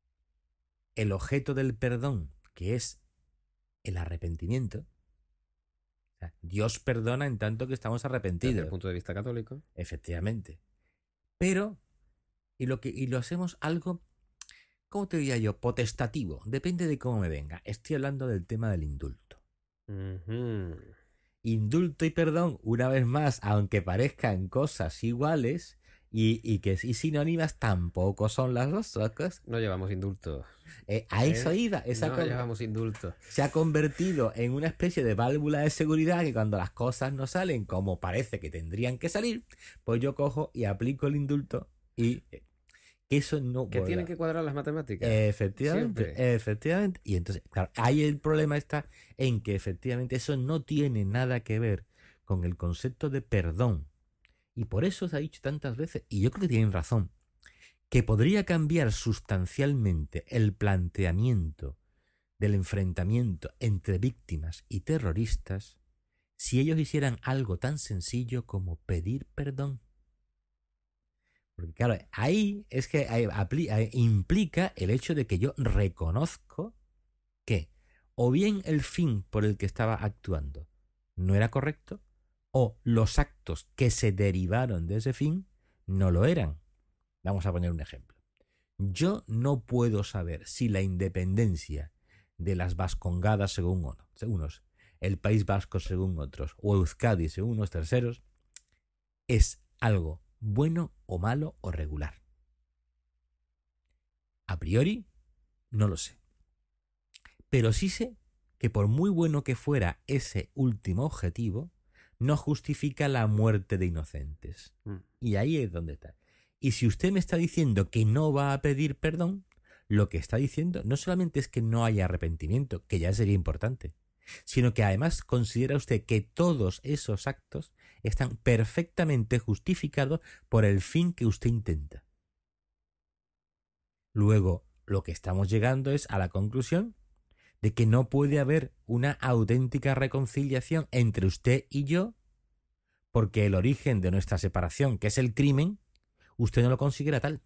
el objeto del perdón, que es el arrepentimiento. O sea, Dios perdona en tanto que estamos desde el arrepentidos, punto de vista católico. efectivamente. Pero, y lo hacemos algo ¿cómo te diría yo? Potestativo. Depende de cómo me venga. Estoy hablando del tema del indulto. Ujú. Indulto y perdón, una vez más, aunque parezcan cosas iguales y sinónimas, tampoco son las dos cosas. No llevamos indulto. A eso ¿Eh? iba. No llevamos indulto. Se ha convertido en una especie de válvula de seguridad que cuando las cosas no salen como parece que tendrían que salir, pues yo cojo y aplico el indulto y que eso no Que vuelva. tienen que cuadrar las matemáticas. Efectivamente, Siempre. efectivamente. Y entonces, claro, ahí el problema está en que efectivamente eso no tiene nada que ver con el concepto de perdón. Y por eso se ha dicho tantas veces, y yo creo que tienen razón, que podría cambiar sustancialmente el planteamiento del enfrentamiento entre víctimas y terroristas si ellos hicieran algo tan sencillo como pedir perdón. Porque claro, ahí es que implica el hecho de que yo reconozco que o bien el fin por el que estaba actuando no era correcto, o los actos que se derivaron de ese fin no lo eran. Vamos a poner un ejemplo. Yo no puedo saber si la independencia de las Vascongadas según unos, el País Vasco según otros, o Euskadi según unos terceros, es algo bueno o malo o regular. A priori, no lo sé. Pero sí sé que por muy bueno que fuera ese último objetivo, no justifica la muerte de inocentes. Mm. Y ahí es donde está. Y si usted me está diciendo que no va a pedir perdón, lo que está diciendo no solamente es que no haya arrepentimiento, que ya sería importante, sino que además considera usted que todos esos actos están perfectamente justificados por el fin que usted intenta. Luego, lo que estamos llegando es a la conclusión de que no puede haber una auténtica reconciliación entre usted y yo, porque el origen de nuestra separación, que es el crimen, usted no lo considera tal.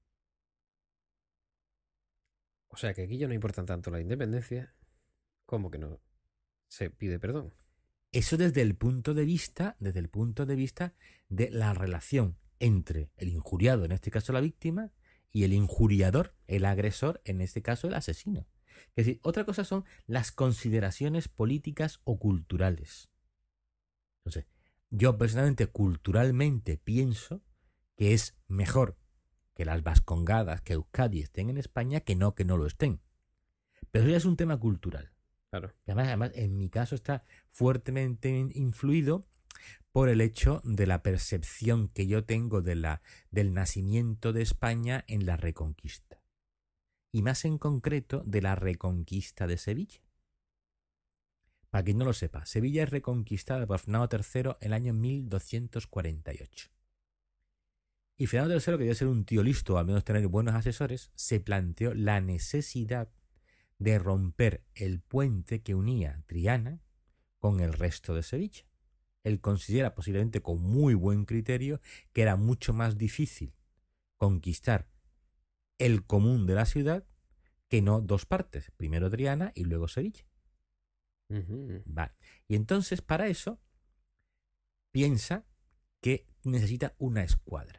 O sea que aquí ya no importa tanto la independencia como que no se pide perdón. Eso desde el punto de vista de la relación entre el injuriado, en este caso la víctima, y el injuriador, el agresor, en este caso el asesino. Es decir, otra cosa son las consideraciones políticas o culturales. Entonces, yo personalmente, culturalmente, pienso que es mejor que las Vascongadas, que Euskadi estén en España, que no lo estén. Pero eso ya es un tema cultural. Claro. Y además, en mi caso está fuertemente influido por el hecho de la percepción que yo tengo del nacimiento de España en la Reconquista. Y más en concreto de la Reconquista de Sevilla. Para quien no lo sepa, Sevilla es reconquistada por Fernando III en el año 1248. Y Fernando III, que debe ser un tío listo, o al menos tener buenos asesores, se planteó la necesidad de romper el puente que unía Triana con el resto de Sevilla. Él considera, posiblemente con muy buen criterio, que era mucho más difícil conquistar el común de la ciudad que no dos partes, primero Triana y luego Sevilla. Ujú. Vale. Y entonces, para eso, piensa que necesita una escuadra,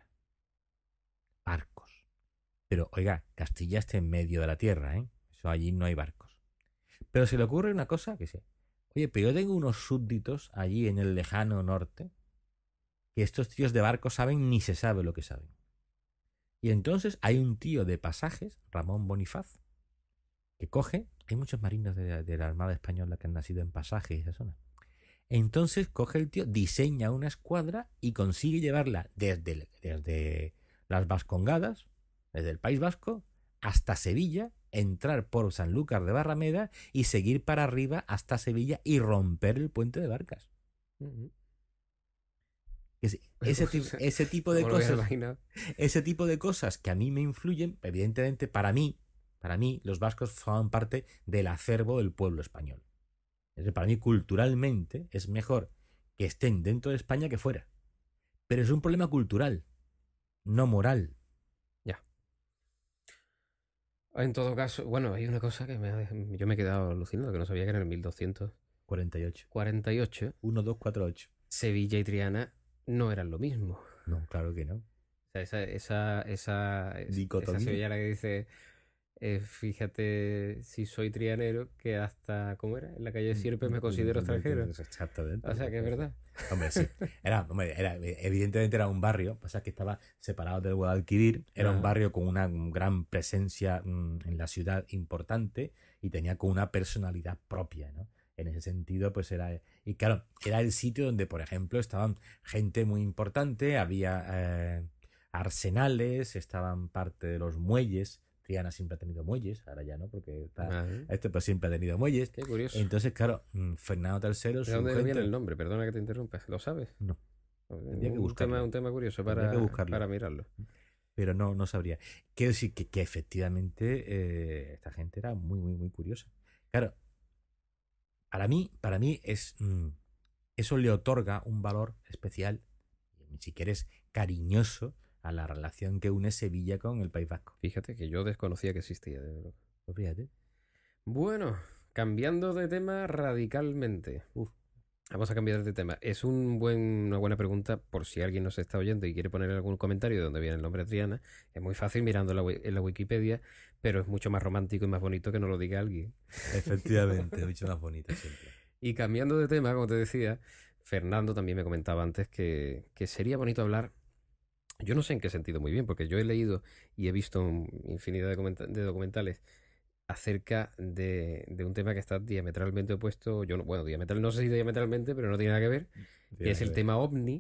barcos. Pero, oiga, Castilla está en medio de la tierra, ¿eh? Eso allí no hay barcos. Pero se le ocurre una cosa que sé. Oye, pero yo tengo unos súbditos allí en el lejano norte que estos tíos de barcos saben ni se sabe lo que saben. Y entonces hay un tío de pasajes, Ramón Bonifaz, que coge, hay muchos marinos de la Armada Española que han nacido en pasajes y esa zona. Entonces coge el tío, diseña una escuadra y consigue llevarla desde las Vascongadas, desde el País Vasco, hasta Sevilla, entrar por Sanlúcar de Barrameda y seguir para arriba hasta Sevilla y romper el puente de Barcas. Ujú. Ese tipo No de me lo voy a cosas, imaginar. ese tipo de cosas que a mí me influyen, evidentemente para mí los vascos forman parte del acervo del pueblo español. Es decir, para mí culturalmente es mejor que estén dentro de España que fuera. Pero es un problema cultural, no moral. Ya. En todo caso, bueno, hay una cosa que yo me he quedado alucinado, que no sabía que en el 48. 1248 1248. Sevilla y Triana no eran lo mismo. No, claro que no. O sea, esa Dicotomía. sevillana que dice Fíjate si soy trianero, que hasta, ¿cómo era? En la calle Sierpes me considero extranjero. Exactamente. O sea, que es verdad. Hombre, sí. Evidentemente era un barrio, pasa que estaba separado del Guadalquivir, era un Ajá. barrio con una gran presencia en la ciudad importante y tenía con una personalidad propia, ¿no? En ese sentido, pues era... Y claro, era el sitio donde, por ejemplo, estaban gente muy importante, había arsenales, estaban parte de los muelles. Triana siempre ha tenido muelles, ahora ya no, porque está, Ajá. este pues siempre ha tenido muelles. Qué curioso. Entonces, claro, Fernando III, ¿De su dónde viene gente, el nombre? Perdona que te interrumpa. ¿Lo sabes? no, tendría que Un buscarlo. tema curioso Tendría que buscarlo. para mirarlo. Pero no, no sabría. Quiero decir que efectivamente esta gente era muy, muy, muy curiosa. Claro, para mí eso le otorga un valor especial, si quieres, cariñoso a la relación que une Sevilla con el País Vasco. Fíjate que yo desconocía que existía. De verdad. Pues fíjate. Bueno, cambiando de tema radicalmente. Uf, Vamos a cambiar de tema. Es una buena pregunta por si alguien nos está oyendo y quiere poner algún comentario de dónde viene el nombre Triana. Es muy fácil mirando en la Wikipedia, pero es mucho más romántico y más bonito que nos lo diga alguien. efectivamente, mucho más bonito siempre. Y cambiando de tema, como te decía, Fernando también me comentaba antes que sería bonito hablar. Yo no sé en qué sentido muy bien, porque yo he leído y he visto infinidad de documentales acerca de un tema que está diametralmente opuesto. Yo no, bueno, diametral, no sé si diametralmente, pero no tiene nada que ver, que Tiene es que el ver. tema OVNI,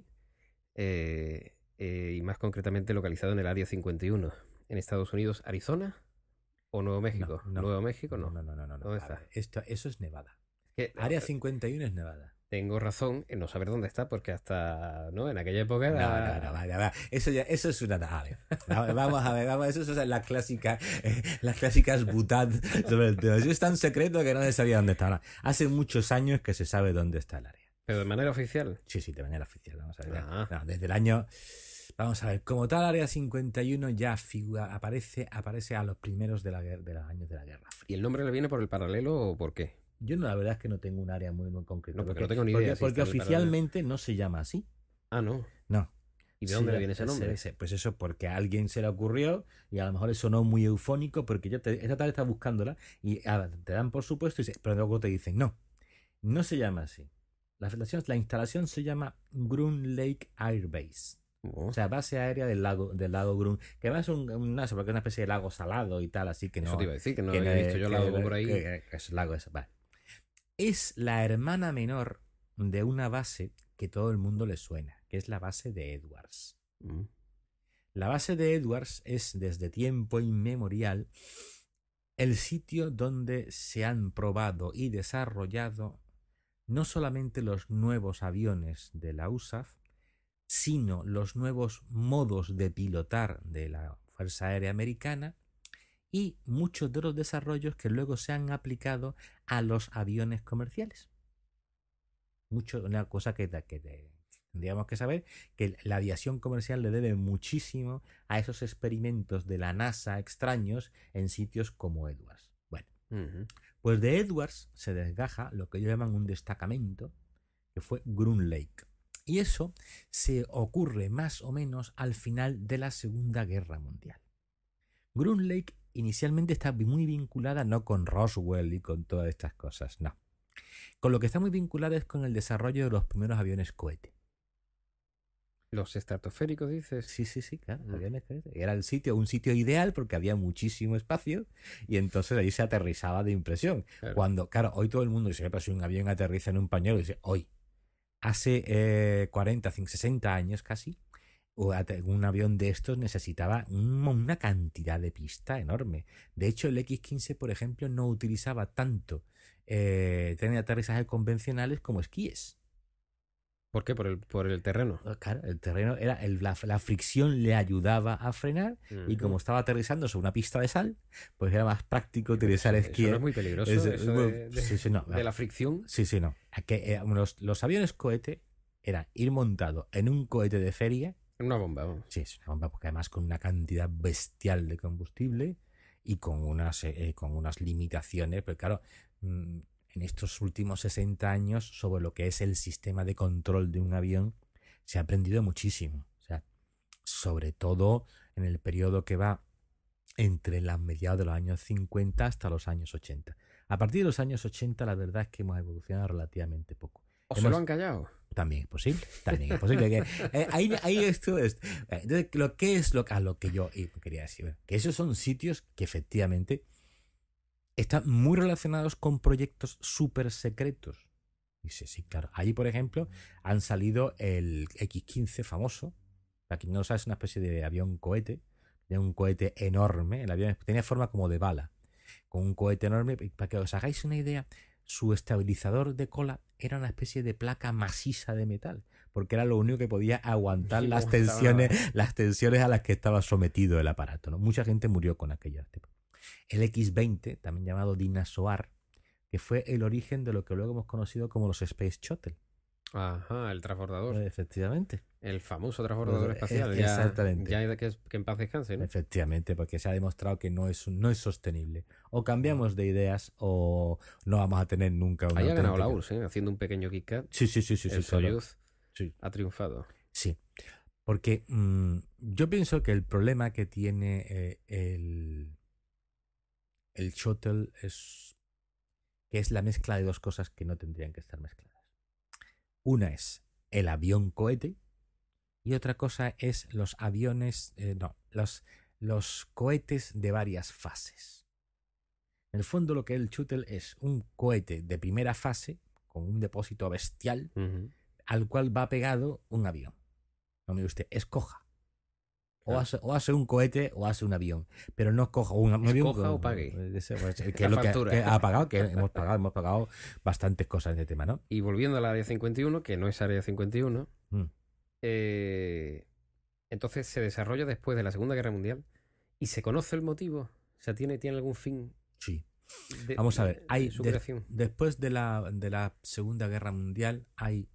y más concretamente localizado en el Área 51, en Estados Unidos, Arizona o Nuevo No, México. no, Nuevo México no, no. no, no, no, no, no. ¿Dónde A está? ver, eso es Nevada. Que, Área 51 es Nevada. tengo razón en no saber dónde está, porque hasta, ¿no? En aquella época No, no, no, era... vale, vale. Eso es una. A ver, vamos a ver, eso es las clásicas butad sobre el tema. Eso es tan secreto que no se sabía dónde estaba. Hace muchos años que se sabe dónde está el área. Pero de manera oficial. Sí, sí, de manera oficial, vamos a ver. Ah. No, desde el año. Vamos a ver, como tal, Área 51 ya aparece a los primeros de los años de la Guerra ¿Y Fría. el nombre le viene por el paralelo o por qué? Yo no, la verdad es que no tengo un área muy, muy No, concreta, porque no tengo ni idea si porque está en el paralelo. oficialmente no se llama así. Ah, no. No. ¿Y de dónde le viene ese nombre? Pues eso, porque a alguien se le ocurrió y a lo mejor le sonó muy eufónico, porque esta tarde estás buscándola y te dan por supuesto, pero luego te dicen, no, no se llama así. La instalación se llama Groom Lake Air Base. O Oh, sea, base aérea del lago Groom, que además porque es una especie de lago salado y tal, así que eso te no, iba a decir, que no que, no había visto es- yo que, algo por ahí. que es lago eso. Vale. Es la hermana menor de una base que todo el mundo le suena, que es la base de Edwards. Mm. La base de Edwards es desde tiempo inmemorial el sitio donde se han probado y desarrollado no solamente los nuevos aviones de la USAF, sino los nuevos modos de pilotar de la Fuerza Aérea Americana y muchos de los desarrollos que luego se han aplicado a los aviones comerciales. Una cosa que tendríamos que saber, que la aviación comercial le debe muchísimo a esos experimentos de la NASA extraños en sitios como Edwards. Bueno, Ujú. pues de Edwards se desgaja lo que ellos llaman un destacamento, que fue Groom Lake. Y eso se ocurre más o menos al final de la Segunda Guerra Mundial. Groom Lake inicialmente está muy vinculada no con Roswell y con todas estas cosas, no. Con lo que está muy vinculada es con el desarrollo de los primeros aviones cohete. Los estratosféricos, dices. Sí, sí, sí, claro, Mm. aviones cohete. Era un sitio ideal porque había muchísimo espacio y entonces ahí se aterrizaba de impresión. Claro. Cuando, claro, hoy todo el mundo dice, pero si un avión aterriza en un pañuelo, dice, hoy, hace 40, 60 años casi, un avión de estos necesitaba una cantidad de pista enorme. De hecho, el X-15, por ejemplo, no utilizaba tanto tren de aterrizaje convencionales como esquíes. ¿Por qué? Por el terreno. Claro, el terreno era la fricción le ayudaba a frenar y como Ujú. estaba aterrizando sobre una pista de sal, pues era más práctico utilizar Eso no es esquíes. muy peligroso, eso Sí, sí, no. de la fricción. Sí, sí, no. Los aviones cohete era ir montado en un cohete de feria. Una bomba, vamos. Sí, es una bomba porque además con una cantidad bestial de combustible y con unas limitaciones, pero claro, en estos últimos 60 años sobre lo que es el sistema de control de un avión se ha aprendido muchísimo. O sea, sobre todo en el periodo que va entre los mediados de los años 50 hasta los años 80. A partir de los años 80 la verdad es que hemos evolucionado relativamente poco. ¿O se lo han callado? También es posible, también es posible. Ahí esto es. Entonces, a lo que yo quería decir, bueno, que esos son sitios que efectivamente están muy relacionados con proyectos súper secretos. Y sí, claro. Ahí, por ejemplo, han salido el X-15 famoso. Para quien no lo sabe, es una especie de avión cohete, de un cohete enorme. El avión tenía forma como de bala, con un cohete enorme. Para que os hagáis una idea, su estabilizador de cola era una especie de placa maciza de metal, porque era lo único que podía aguantar No las aguantaba nada. tensiones a las que estaba sometido el aparato, ¿no? Mucha gente murió con aquello. El X-20, también llamado Dinosaur, que fue el origen de lo que luego hemos conocido como los Space Shuttle. Ajá, el transbordador. Efectivamente. El famoso transbordador espacial. Exactamente. Ya que en paz descanse, ¿no? Efectivamente, porque se ha demostrado que no es sostenible. O cambiamos de ideas o no vamos a tener nunca una Ahí ha ganado la auténtica... URSS, ¿eh? Haciendo un pequeño Kit Kat. Sí, El claro. Soyuz Sí. ha triunfado. Sí, porque yo pienso que el problema que tiene el shuttle es que es la mezcla de dos cosas que no tendrían que estar mezcladas. Una es el avión cohete y otra cosa es los aviones, los cohetes de varias fases. En el fondo lo que es el shuttle es un cohete de primera fase con un depósito bestial al cual va pegado un avión. No me usted, escoja. O hace un cohete o hace un avión. Pero no coja un avión. Escoja o pague. Que es La lo factura. que ha pagado, que hemos pagado bastantes cosas en este tema, ¿no? Y volviendo a la Área 51, que no es Área 51, Mm. entonces se desarrolla después de la Segunda Guerra Mundial y se conoce el motivo. O sea, tiene algún fin Sí. Vamos a ver, de su creación. después de la Segunda Guerra Mundial hay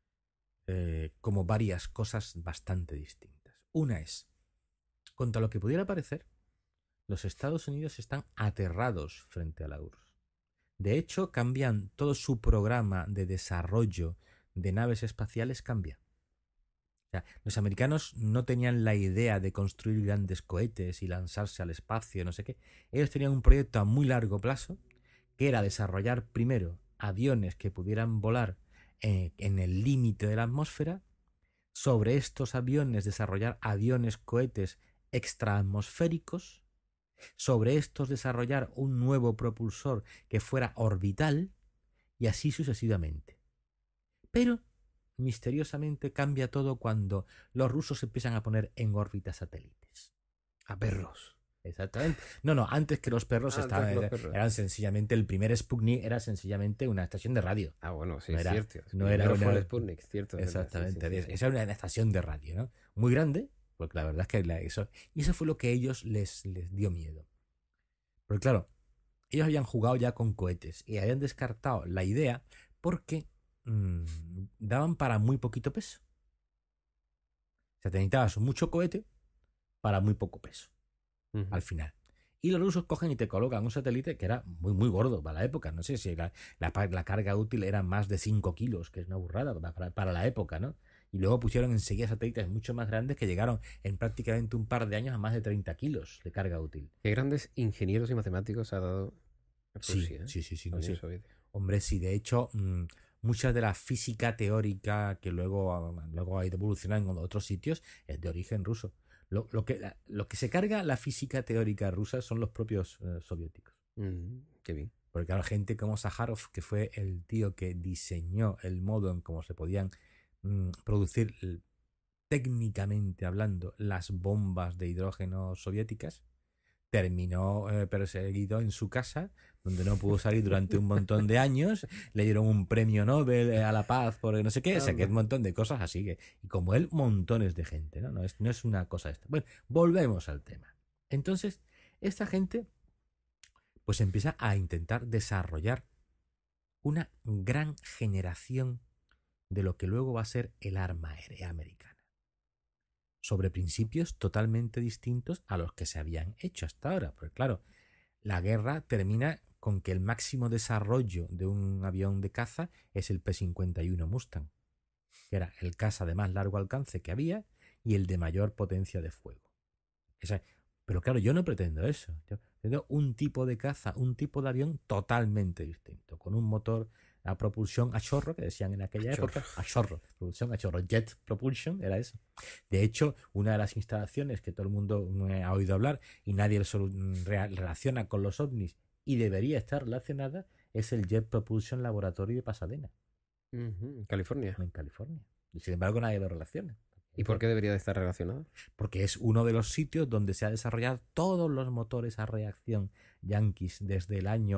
como varias cosas bastante distintas. Una es, contra lo que pudiera parecer, los Estados Unidos están aterrados frente a la URSS. De hecho, cambian todo su programa de desarrollo de naves espaciales, cambia. O sea, los americanos no tenían la idea de construir grandes cohetes y lanzarse al espacio, no sé qué. Ellos tenían un proyecto a muy largo plazo, que era desarrollar primero aviones que pudieran volar en el límite de la atmósfera. Sobre estos aviones desarrollar aviones cohetes extraatmosféricos. Sobre estos desarrollar un nuevo propulsor que fuera orbital y así sucesivamente. Pero misteriosamente cambia todo cuando los rusos empiezan a poner en órbita satélites. A perros. Exactamente. No, antes que los perros eran sencillamente, el primer Sputnik era sencillamente una estación de radio. Ah, bueno, sí, No es era, cierto. no era Primero una... fue el Sputnik, cierto. Exactamente. Sí. Esa era una estación de radio, ¿no? Muy grande, porque la verdad es que eso fue lo que a ellos les dio miedo. Porque claro, ellos habían jugado ya con cohetes y habían descartado la idea porque daban para muy poquito peso. O sea, te necesitabas mucho cohete para muy poco peso, al final. Y los rusos cogen y te colocan un satélite que era muy, muy gordo para la época. No sé si la carga útil era más de 5 kilos, que es una burrada para la época, ¿no? Y luego pusieron enseguida satélites mucho más grandes que llegaron en prácticamente un par de años a más de 30 kilos de carga útil. Qué grandes ingenieros y matemáticos ha dado Rusia. Sí. Hombre, sí, de hecho, mucha de la física teórica que luego ha ido evolucionando en otros sitios es de origen ruso. Lo que se carga la física teórica rusa son los propios soviéticos. Qué bien. Porque claro, gente como Sájarov, que fue el tío que diseñó el modo en cómo se podían producir técnicamente hablando las bombas de hidrógeno soviéticas, terminó perseguido en su casa, donde no pudo salir durante un montón de años. Le dieron un premio Nobel a la paz por no sé qué, o sea, que es un montón de cosas así. Y como él, montones de gente, ¿no? No es una cosa esta. Bueno, volvemos al tema. Entonces, esta gente pues empieza a intentar desarrollar una gran generación de lo que luego va a ser el arma aérea americana, sobre principios totalmente distintos a los que se habían hecho hasta ahora. Porque claro, la guerra termina con que el máximo desarrollo de un avión de caza es el P-51 Mustang, que era el caza de más largo alcance que había y el de mayor potencia de fuego. Pero claro, yo no pretendo eso. Yo pretendo un tipo de caza, un tipo de avión totalmente distinto, con un motor a propulsión a chorro, que decían en aquella Chorro. época, a chorro, propulsión a chorro, jet propulsion, era eso. De hecho, una de las instalaciones que todo el mundo ha oído hablar y nadie relaciona con los ovnis y debería estar relacionada es el Jet Propulsion Laboratory de Pasadena, California. en California. Y sin embargo nadie lo relaciona. ¿Y por qué debería de estar relacionado? Porque es uno de los sitios donde se han desarrollado todos los motores a reacción yanquis desde el año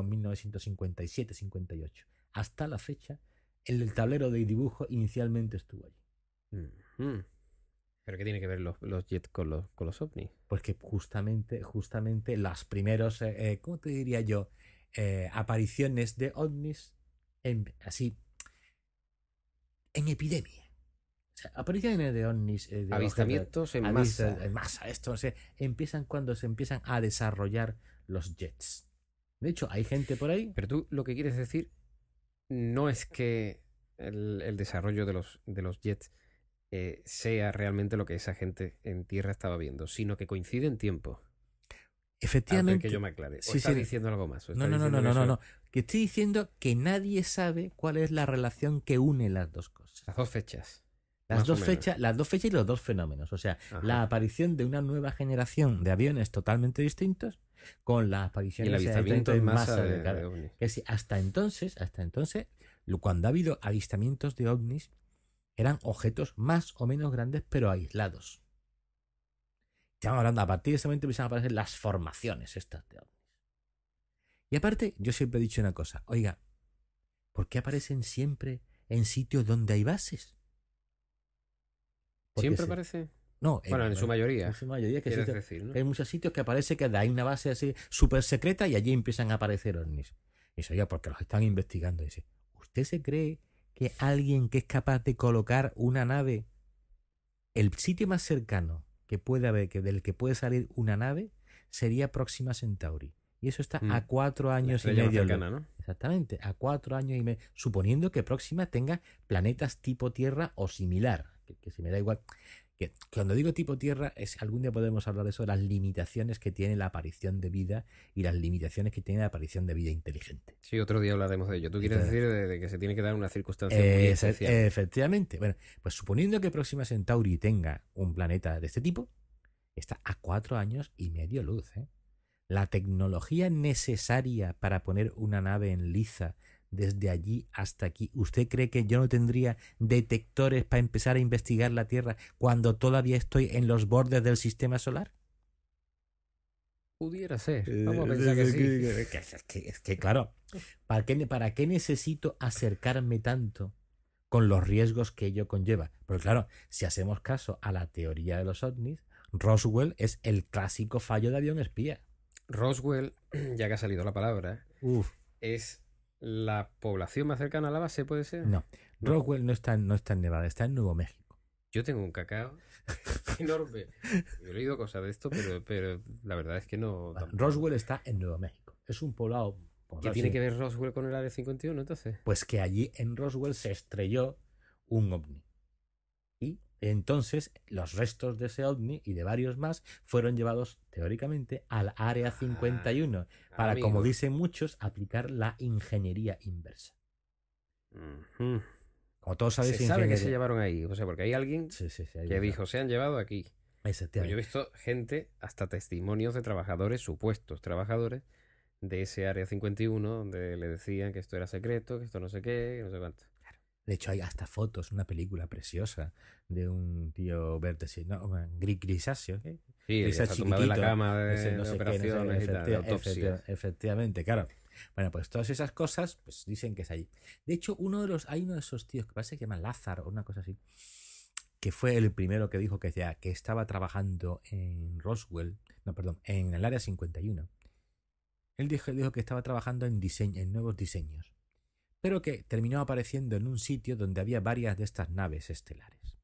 1957-58 hasta la fecha. El tablero de dibujo inicialmente estuvo allí. Ujú. ¿Pero qué tiene que ver los jets con los ovnis? Pues que justamente las primeros, ¿cómo te diría yo? Apariciones de ovnis así en epidemia. O sea, apariciones de ovnis, de objetos Avistamientos en avistas masa. en masa, esto o sea, empiezan cuando se empiezan a desarrollar los jets. De hecho, hay gente por ahí. Pero tú lo que quieres decir no es que el desarrollo de los jets sea realmente lo que esa gente en tierra estaba viendo, sino que coincide en tiempo. A ver que yo Efectivamente, me aclare. O sí, está sí. diciendo algo más. O No, está no, no, no, diciendo que no, no, eso. no. Que estoy diciendo que nadie sabe cuál es la relación que une las dos cosas. Las dos fechas. Más o menos. Las dos fechas y los dos fenómenos. O sea, la Ajá. aparición de una nueva generación de aviones totalmente distintos con las Y el apariciones avistamiento en en masa masa de ovnis. que si hasta entonces, cuando ha habido avistamientos de ovnis, eran objetos más o menos grandes, pero aislados. Estamos hablando, a partir de ese momento empiezan a aparecer las formaciones estas de ovnis. Y aparte, yo siempre he dicho una cosa, oiga, ¿por qué aparecen siempre en sitios donde hay bases? Porque ¿Siempre se, parece? no, Bueno, en su en mayoría, su mayoría quieres decir, que ¿no? hay muchos sitios que aparece que hay una base así súper secreta y allí empiezan a aparecer ovnis. Y eso ya porque los están investigando. Y dice, ¿usted se cree que alguien que es capaz de colocar una nave, el sitio más cercano que puede haber, del que puede salir una nave, sería Próxima Centauri? Y eso está Mm. a 4 años y Estrella más medio luz. cercana, ¿no? Exactamente, a 4 años y medio. Suponiendo que Próxima tenga planetas tipo Tierra o similar. Que si me da igual. Que cuando digo tipo Tierra, es algún día podemos hablar de eso, de las limitaciones que tiene la aparición de vida y las limitaciones que tiene la aparición de vida inteligente. Sí, otro día hablaremos de ello. Tú quieres decir Entonces, de que se tiene que dar una circunstancia muy especial. efectivamente. Bueno, pues suponiendo que Próxima Centauri tenga un planeta de este tipo, está a 4 años y medio luz, ¿eh? La tecnología necesaria para poner una nave en liza desde allí hasta aquí. ¿Usted cree que yo no tendría detectores para empezar a investigar la Tierra cuando todavía estoy en los bordes del sistema solar? Pudiera ser. Vamos a pensar que sí. Claro, ¿para qué necesito acercarme tanto con los riesgos que ello conlleva? Porque claro, si hacemos caso a la teoría de los ovnis, Roswell es el clásico fallo de avión espía. Roswell, ya que ha salido la palabra, Uf, es la población más cercana a la base, ¿puede ser? no, No. Roswell no está en Nevada, está en Nuevo México. Yo tengo un cacao enorme. Yo he leído cosas de esto, pero la verdad es que no. Bueno, Roswell está en Nuevo México. Es un poblado, ¿Qué tiene que ver Roswell con el Área 51 entonces? pues que allí en Roswell se estrelló un ovni. Y entonces los restos de ese ovni y de varios más fueron llevados teóricamente al Área Ah, 51 para, como amigo. dicen muchos, aplicar la ingeniería inversa. Ujú. Como todos Se sabéis, sabe que se ingeniería... llevaron ahí. O sea, porque hay alguien Sí, hay que un dijo, se han llevado aquí. Pues yo he efectivamente. visto gente, hasta testimonios de trabajadores, supuestos trabajadores, de ese Área 51, donde le decían que esto era secreto, que esto no sé qué, que no sé cuánto. De hecho, hay hasta fotos, una película preciosa de un tío verde, no, grisáceo, ¿eh? Sí, el que Grisa está tumbado en la chiquitito, cama ese no de sé qué, no sé, operaciones y tal, de autopsias. efectivamente, claro. Bueno, pues todas esas cosas, pues dicen que es allí. De hecho, hay uno de esos tíos que parece que se llama Lázaro o una cosa así, que fue el primero que dijo que estaba trabajando en Roswell, no, perdón, en el Área 51. Él dijo que estaba trabajando en nuevos diseños, pero que terminó apareciendo en un sitio donde había varias de estas naves estelares.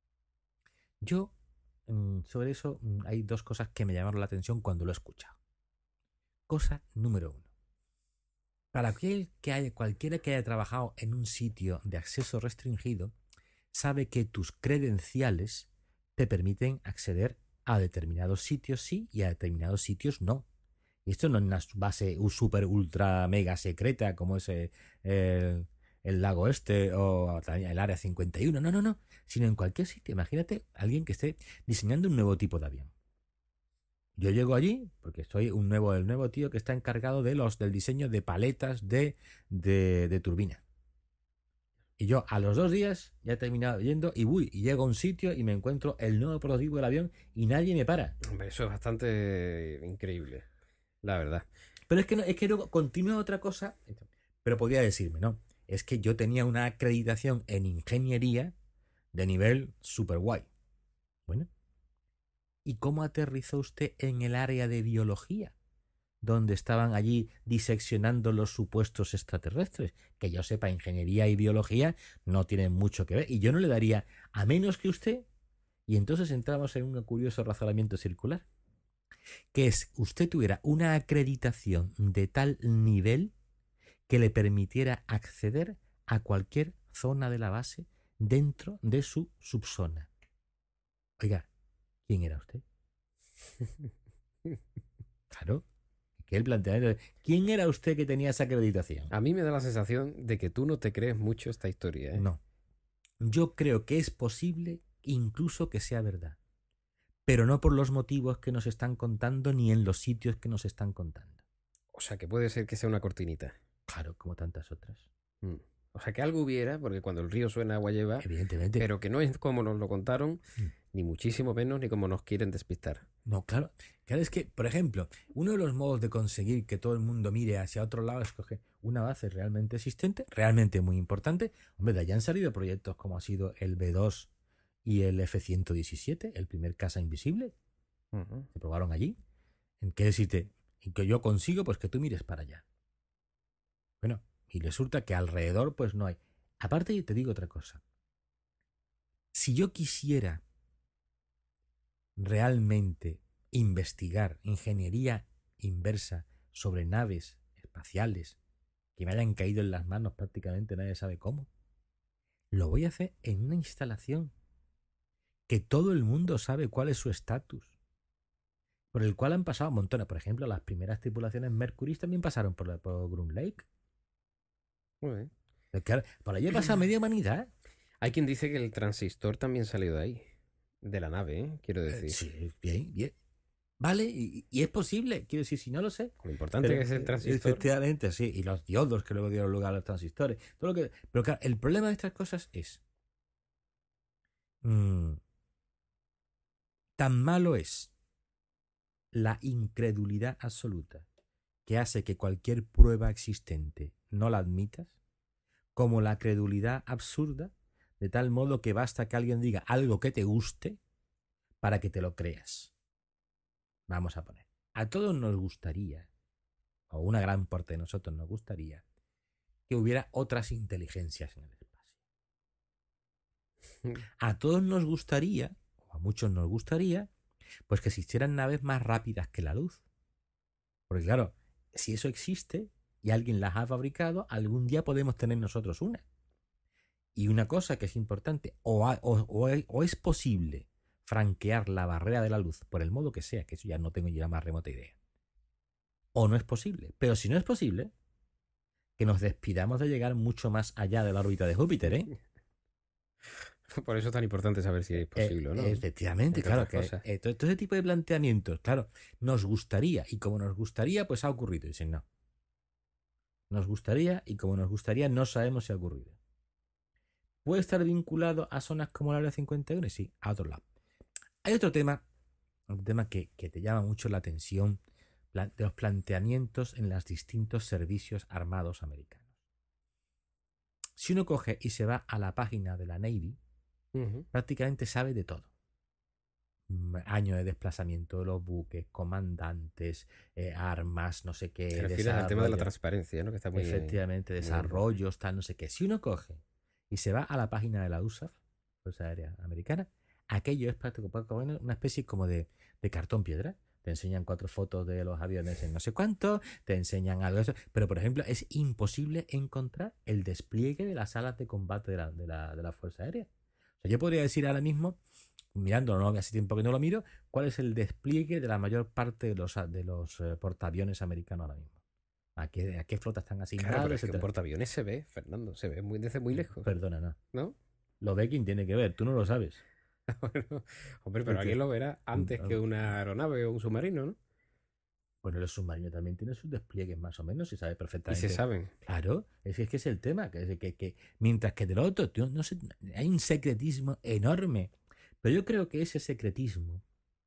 Yo, sobre eso, hay dos cosas que me llamaron la atención cuando lo he escuchado. Cosa número uno. Para cualquiera que haya trabajado en un sitio de acceso restringido, sabe que tus credenciales te permiten acceder A determinados sitios sí y a determinados sitios no. Y esto no es una base super ultra mega secreta como es el lago este o el área 51. No, no, no. Sino en cualquier sitio. Imagínate alguien que esté diseñando un nuevo tipo de avión. Yo llego allí porque soy el nuevo tío que está encargado del diseño de paletas de turbina. Y yo a los 2 días ya he terminado yendo y llego a un sitio y me encuentro el nuevo prototipo del avión y nadie me para. Hombre, eso es bastante increíble, la verdad. Pero es que luego continúa otra cosa, pero podría decirme, no, es que yo tenía una acreditación en ingeniería de nivel super guay. Bueno, ¿y cómo aterrizó usted en el área de biología? Donde estaban allí diseccionando los supuestos extraterrestres. Que yo sepa, ingeniería y biología no tienen mucho que ver. Y yo no le daría a menos que usted. Y entonces entramos en un curioso razonamiento circular. Que es, usted tuviera una acreditación de tal nivel que le permitiera acceder a cualquier zona de la base dentro de su subzona. Oiga, ¿quién era usted? Claro, que el planteamiento de, ¿quién era usted que tenía esa acreditación? A mí me da la sensación de que tú no te crees mucho esta historia, ¿eh? No, yo creo que es posible incluso que sea verdad, pero no por los motivos que nos están contando ni en los sitios que nos están contando. O sea, que puede ser que sea una cortinita. Claro, como tantas otras. Mm. O sea, que algo hubiera, porque cuando el río suena, agua lleva, Evidentemente. pero que no es como nos lo contaron, Mm. ni muchísimo menos, ni como nos quieren despistar. No, claro. Claro, es que, por ejemplo, uno de los modos de conseguir que todo el mundo mire hacia otro lado es coger una base realmente existente, realmente muy importante. Hombre, de allá han salido proyectos como ha sido el B2 y el F-117, el primer caza invisible. Ujú. Se probaron allí. ¿En qué decirte? Y que yo consigo, pues que tú mires para allá. Bueno, y resulta que alrededor, pues no hay. Aparte, te digo otra cosa. Si yo quisiera realmente investigar ingeniería inversa sobre naves espaciales que me hayan caído en las manos prácticamente nadie sabe cómo, lo voy a hacer en una instalación que todo el mundo sabe cuál es su estatus, por el cual han pasado montones. Por ejemplo, las primeras tripulaciones Mercury también pasaron por Groom Lake. Muy bien. Claro, por allí pasa media humanidad. Hay quien dice que el transistor también salió de ahí. De la nave, ¿eh? Quiero decir. Sí, bien, bien. Vale, y es posible, quiero decir, si no lo sé. Lo importante Pero que es el transistor. efectivamente, sí, y los diodos que luego dieron lugar a los transistores. Todo lo que, pero claro, el problema de estas cosas es. mm, Tan malo es la incredulidad absoluta que hace que cualquier prueba existente no la admitas, como la credulidad absurda, de tal modo que basta que alguien diga algo que te guste para que te lo creas. Vamos a poner. A todos nos gustaría, o una gran parte de nosotros nos gustaría, que hubiera otras inteligencias en el espacio. A todos nos gustaría, o a muchos nos gustaría, pues que existieran naves más rápidas que la luz. Porque claro, si eso existe y alguien las ha fabricado, algún día podemos tener nosotros una. Y una cosa que es importante, o es posible franquear la barrera de la luz por el modo que sea, que eso ya no tengo ya más remota idea. O no es posible. Pero si no es posible, que nos despidamos de llegar mucho más allá de la órbita de Júpiter, ¿eh? Por eso es tan importante saber si es posible o no. Efectivamente, Entre claro, otras que cosas. todo ese tipo de planteamientos, claro, nos gustaría, y como nos gustaría, pues ha ocurrido. Y dicen, no. Nos gustaría, y como nos gustaría, no sabemos si ha ocurrido. ¿Puede estar vinculado a zonas como la Área 51? Sí, a otro lado. Hay otro tema que te llama mucho la atención, de los planteamientos en los distintos servicios armados americanos. Si uno coge y se va a la página de la Navy, Ujú. prácticamente sabe de todo. Año de desplazamiento de los buques, comandantes, armas, no sé Te qué, refieres al tema de la desarrollo. transparencia, ¿no? Que está muy, Efectivamente, muy en boga. desarrollos, tal, no sé qué. Si uno coge y se va a la página de la USAF, Fuerza Aérea Americana, aquello es prácticamente una especie como de cartón piedra. Te enseñan 4 fotos de los aviones en no sé cuánto, te enseñan algo de eso. Pero, por ejemplo, es imposible encontrar el despliegue de las alas de combate de la Fuerza Aérea. O sea, yo podría decir ahora mismo, mirándolo, no hace tiempo que no lo miro, cuál es el despliegue de la mayor parte de los portaaviones americanos ahora mismo. ¿A qué flota están Claro, pero asignados, es que un etcétera? portaaviones se ve, Fernando, se ve desde muy lejos, Perdona, no. ¿no? Lo ve quien tiene que ver, tú no lo sabes. Bueno, hombre, pero Porque, alguien lo verá antes que una aeronave o un submarino, ¿no? bueno, el submarino también tiene sus despliegues más o menos y sabe Y se perfectamente. saben. Claro, es que es el tema, que mientras que del otro, tío, no sé, hay un secretismo enorme. Pero yo creo que ese secretismo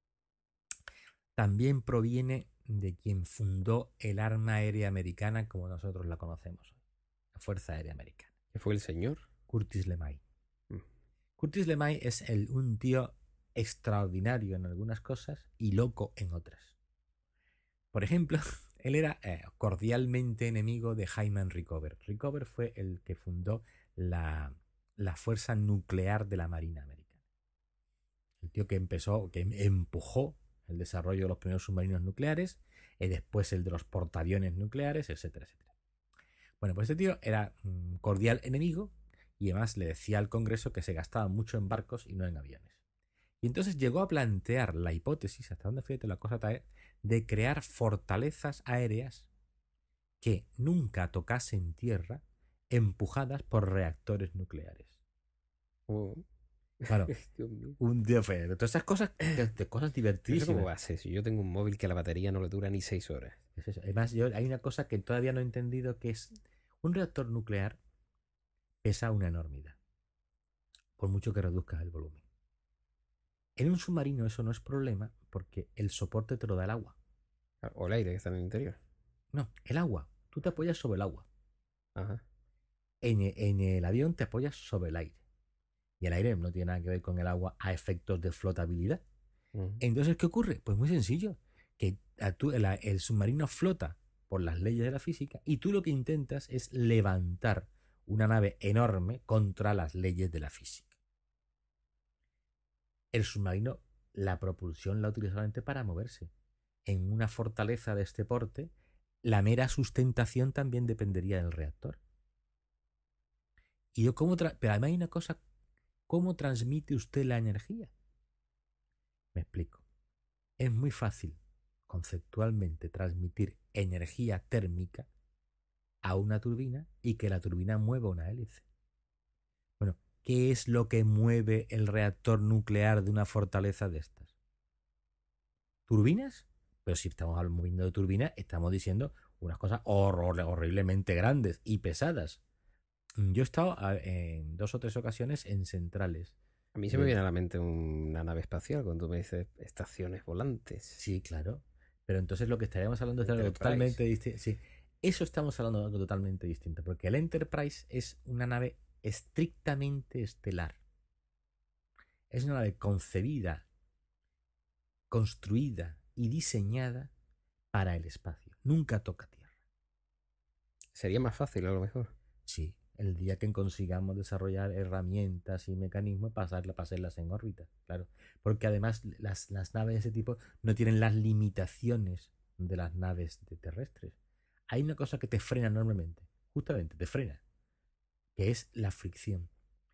también proviene de quien fundó el arma aérea americana como nosotros la conocemos hoy, la Fuerza Aérea Americana, ¿Qué fue el señor? Curtis LeMay. Mm. Curtis LeMay es un tío extraordinario en algunas cosas y loco en otras. Por ejemplo, él era cordialmente enemigo de Hyman Rickover. Rickover fue el que fundó la fuerza nuclear de la Marina Americana. El tío que empujó el desarrollo de los primeros submarinos nucleares y después el de los portaaviones nucleares, etcétera, etcétera. Bueno, pues este tío era un cordial enemigo y además le decía al Congreso que se gastaba mucho en barcos y no en aviones. Y entonces llegó a plantear la hipótesis, hasta dónde fíjate la cosa trae, de crear fortalezas aéreas que nunca tocasen tierra empujadas por reactores nucleares. Oh. Claro, Dios mío. un día fue de todas esas cosas, de cosas Pero eso cómo divertidísimas. va a ser si yo tengo un móvil que la batería no le dura ni 6 horas. Es eso. Además, hay una cosa que todavía no he entendido que es un reactor nuclear pesa una enormidad, por mucho que reduzcas el volumen. En un submarino eso no es problema porque el soporte te lo da el agua. O el aire que está en el interior. No, el agua. Tú te apoyas sobre el agua. Ajá. En el avión te apoyas sobre el aire. Y el aire no tiene nada que ver con el agua a efectos de flotabilidad. Ujú. Entonces, ¿qué ocurre? Pues muy sencillo. Que el submarino flota por las leyes de la física y tú lo que intentas es levantar una nave enorme contra las leyes de la física. El submarino, la propulsión la utiliza solamente para moverse. En una fortaleza de este porte, la mera sustentación también dependería del reactor. Y yo, pero además hay una cosa, ¿cómo transmite usted la energía? Me explico. Es muy fácil conceptualmente transmitir energía térmica a una turbina y que la turbina mueva una hélice. Bueno, ¿qué es lo que mueve el reactor nuclear de una fortaleza de estas? ¿Turbinas? Pero si estamos moviendo de turbinas, estamos diciendo unas cosas horriblemente grandes y pesadas. Yo he estado en 2 o 3 ocasiones en centrales. A mí se me viene a la mente una nave espacial cuando me dices estaciones volantes. Sí, claro. Pero entonces lo que estaríamos hablando es de algo Enterprise. totalmente distinto. Sí, eso estamos hablando de algo totalmente distinto. Porque el Enterprise es una nave estrictamente estelar. Es una nave concebida, construida y diseñada para el espacio. Nunca toca tierra. Sería más fácil a lo mejor. Sí, el día que consigamos desarrollar herramientas y mecanismos para hacerlas en órbita, claro. Porque además las naves de ese tipo no tienen las limitaciones de las naves terrestres. Hay una cosa que te frena enormemente, justamente te frena, que es la fricción.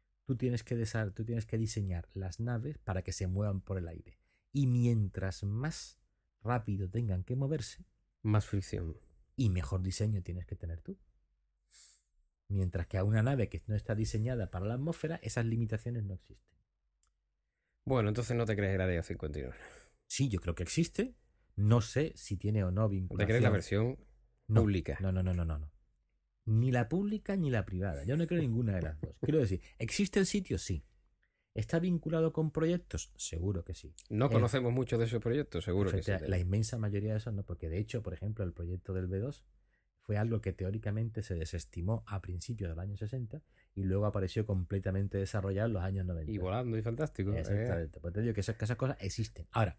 Tú tienes que diseñar las naves para que se muevan por el aire. Y mientras más rápido tengan que moverse, Más fricción. y mejor diseño tienes que tener tú. Mientras que a una nave que no está diseñada para la atmósfera, esas limitaciones no existen. Bueno, entonces no te crees el Área 51. Sí, yo creo que existe. No sé si tiene o no No te crees la vinculación. versión No, pública. no, no, no, no, no, no. Ni la pública ni la privada. Yo no creo ninguna de las dos. Quiero decir, ¿existe el sitio? Sí. ¿Está vinculado con proyectos? Seguro que sí. No conocemos mucho de esos proyectos, seguro que sí. La inmensa mayoría de esos no, porque de hecho, por ejemplo, el proyecto del B2 fue algo que teóricamente se desestimó a principios del año 60 y luego apareció completamente desarrollado en los años 90. Y volando y fantástico. Exactamente. Pues te digo que esas cosas existen. Ahora,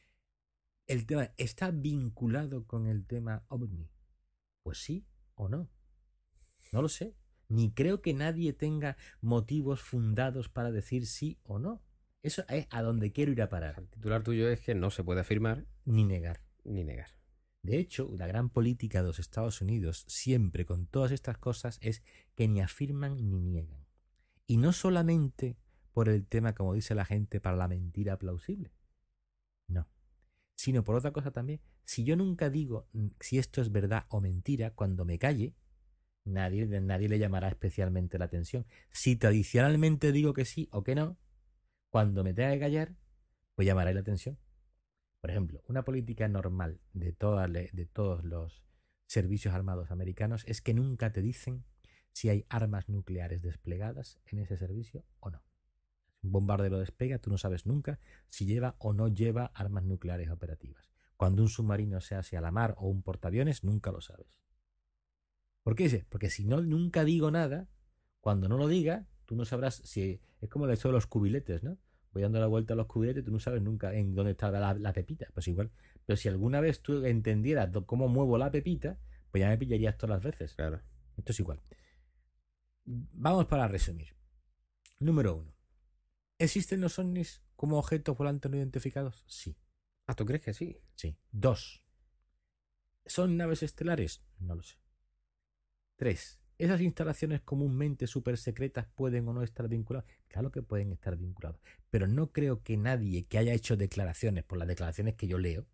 el tema, ¿está vinculado con el tema OVNI? Pues sí o no. No lo sé. Ni creo que nadie tenga motivos fundados para decir sí o no. Eso es a donde quiero ir a parar. El titular tuyo es que no se puede afirmar Ni negar. ni negar. De hecho, la gran política de los Estados Unidos, siempre con todas estas cosas, es que ni afirman ni niegan. Y no solamente por el tema, como dice la gente, para la mentira plausible. No. Sino por otra cosa también. Si yo nunca digo si esto es verdad o mentira, cuando me calle, nadie le llamará especialmente la atención. Si tradicionalmente digo que sí o que no, cuando me tenga que callar, pues llamará la atención. Por ejemplo, una política normal de todos los servicios armados americanos es que nunca te dicen si hay armas nucleares desplegadas en ese servicio o no. Un bombardero despega, tú no sabes nunca si lleva o no lleva armas nucleares operativas. Cuando un submarino se hace a la mar o un portaaviones, nunca lo sabes. ¿Por qué dice? Porque si no, nunca digo nada, cuando no lo diga, tú no sabrás si... Es como el hecho de los cubiletes, ¿no? Voy dando la vuelta a los cubiletes, tú no sabes nunca en dónde está la pepita. Pues igual. Pero si alguna vez tú entendieras cómo muevo la pepita, pues ya me pillarías todas las veces. Claro. Esto es igual. Vamos para resumir. Número 1. ¿Existen los ovnis como objetos volantes no identificados? Sí. Ah, ¿tú crees que sí? Sí. 2. ¿Son naves estelares? No lo sé. 3. ¿Esas instalaciones comúnmente súper secretas pueden o no estar vinculadas? Claro que pueden estar vinculadas, pero no creo que nadie que haya hecho declaraciones, por las declaraciones que yo leo,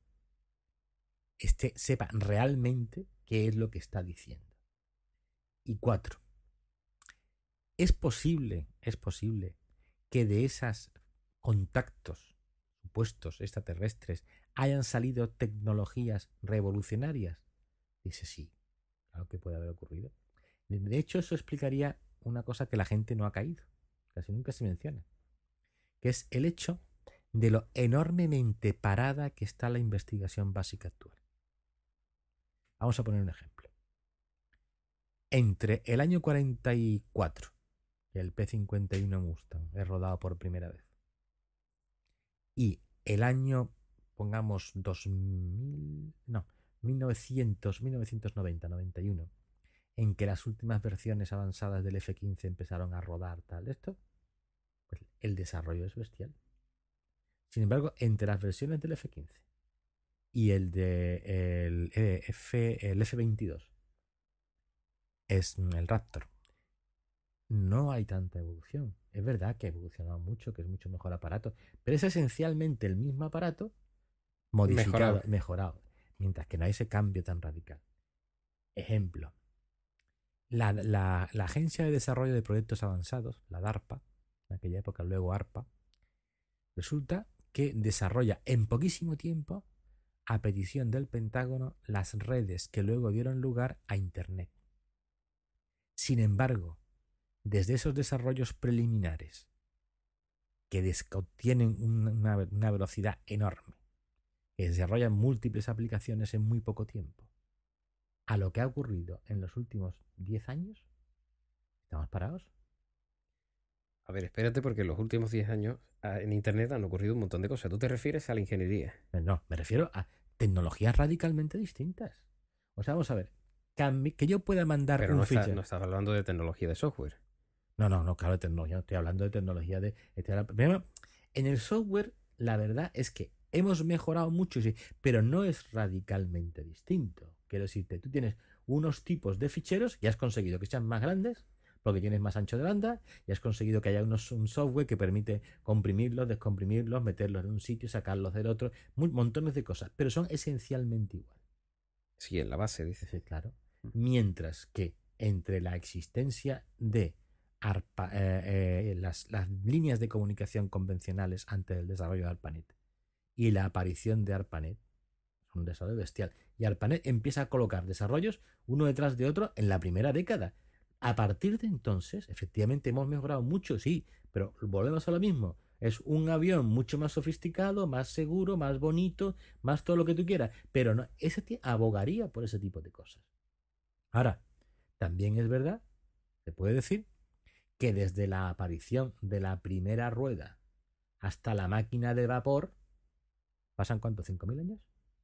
sepa realmente qué es lo que está diciendo. Y 4. Es posible que de esos contactos supuestos extraterrestres hayan salido tecnologías revolucionarias. Dice sí, claro que puede haber ocurrido. De hecho, eso explicaría una cosa que la gente no ha caído, casi nunca se menciona, que es el hecho de lo enormemente parada que está la investigación básica actual. Vamos a poner un ejemplo. Entre el año 44, que el P-51 Mustang es rodado por primera vez, y el año, pongamos 1990, 91, en que las últimas versiones avanzadas del F-15 empezaron a rodar tal esto, pues el desarrollo es bestial. Sin embargo, entre las versiones del F-15 y el F-22, es el Raptor, no hay tanta evolución. Es verdad que ha evolucionado mucho, que es mucho mejor aparato, pero es esencialmente el mismo aparato modificado, mejorado, mientras que no hay ese cambio tan radical. Ejemplo, la Agencia de Desarrollo de Proyectos Avanzados, la DARPA, en aquella época luego ARPA, resulta que desarrolla en poquísimo tiempo, a petición del Pentágono, las redes que luego dieron lugar a Internet. Sin embargo, desde esos desarrollos preliminares, que obtienen una velocidad enorme, que desarrollan múltiples aplicaciones en muy poco tiempo, a lo que ha ocurrido en los últimos 10 años, ¿estamos parados? A ver, espérate porque en los últimos 10 años en Internet han ocurrido un montón de cosas. ¿Tú te refieres a la ingeniería? No, me refiero a tecnologías radicalmente distintas. O sea, vamos a ver, que yo pueda mandar Pero un no fichero. no estás hablando de tecnología de software. No, claro, de tecnología, no estoy hablando de tecnología de... Primero, en el software, la verdad es que hemos mejorado mucho, sí, pero no es radicalmente distinto. Quiero decirte, tú tienes unos tipos de ficheros y has conseguido que sean más grandes porque tienes más ancho de banda y has conseguido que haya un software que permite comprimirlos, descomprimirlos, meterlos en un sitio, sacarlos del otro, montones de cosas, pero son esencialmente igual. Sí, en la base, dice. Sí, claro. Mientras que entre la existencia de las líneas de comunicación convencionales antes del desarrollo de ARPANET y la aparición de ARPANET, es un desarrollo bestial. Y ARPANET empieza a colocar desarrollos uno detrás de otro en la primera década. A partir de entonces, efectivamente hemos mejorado mucho, sí, pero volvemos a lo mismo. Es un avión mucho más sofisticado, más seguro, más bonito, más todo lo que tú quieras. Pero no, abogaría por ese tipo de cosas. Ahora, también es verdad, se puede decir, que desde la aparición de la primera rueda hasta la máquina de vapor, ¿pasan cuánto? ¿5.000 años?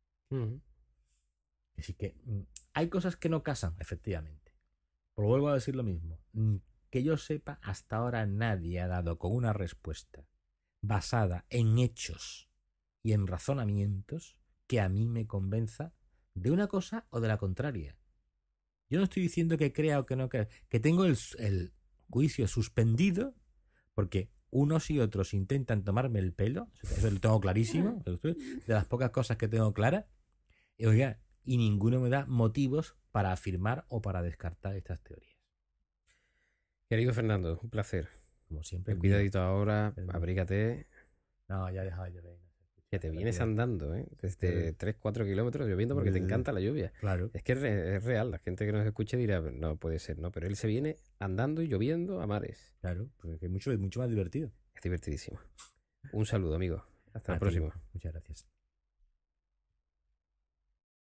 Así que hay cosas que no casan, efectivamente. Pero vuelvo a decir lo mismo. Que yo sepa, hasta ahora nadie ha dado con una respuesta basada en hechos y en razonamientos que a mí me convenza de una cosa o de la contraria. Yo no estoy diciendo que crea o que no crea, que tengo el juicio suspendido porque unos y otros intentan tomarme el pelo, eso lo tengo clarísimo, de las pocas cosas que tengo claras, y, oiga, y ninguno me da motivos para afirmar o para descartar estas teorías. Querido Fernando, un placer. Como siempre. Ten cuidadito ahora, El mío. abrígate, No, ya he dejado de llover. que te vienes andando, ¿eh? Desde 3-4 kilómetros lloviendo porque te encanta la lluvia. Claro. Es que es real, la gente que nos escuche dirá, no puede ser, ¿no? Pero él se viene andando y lloviendo a mares. Claro, porque es mucho más divertido. Es divertidísimo. Un saludo, amigo. Hasta A la ti. próxima. Muchas gracias.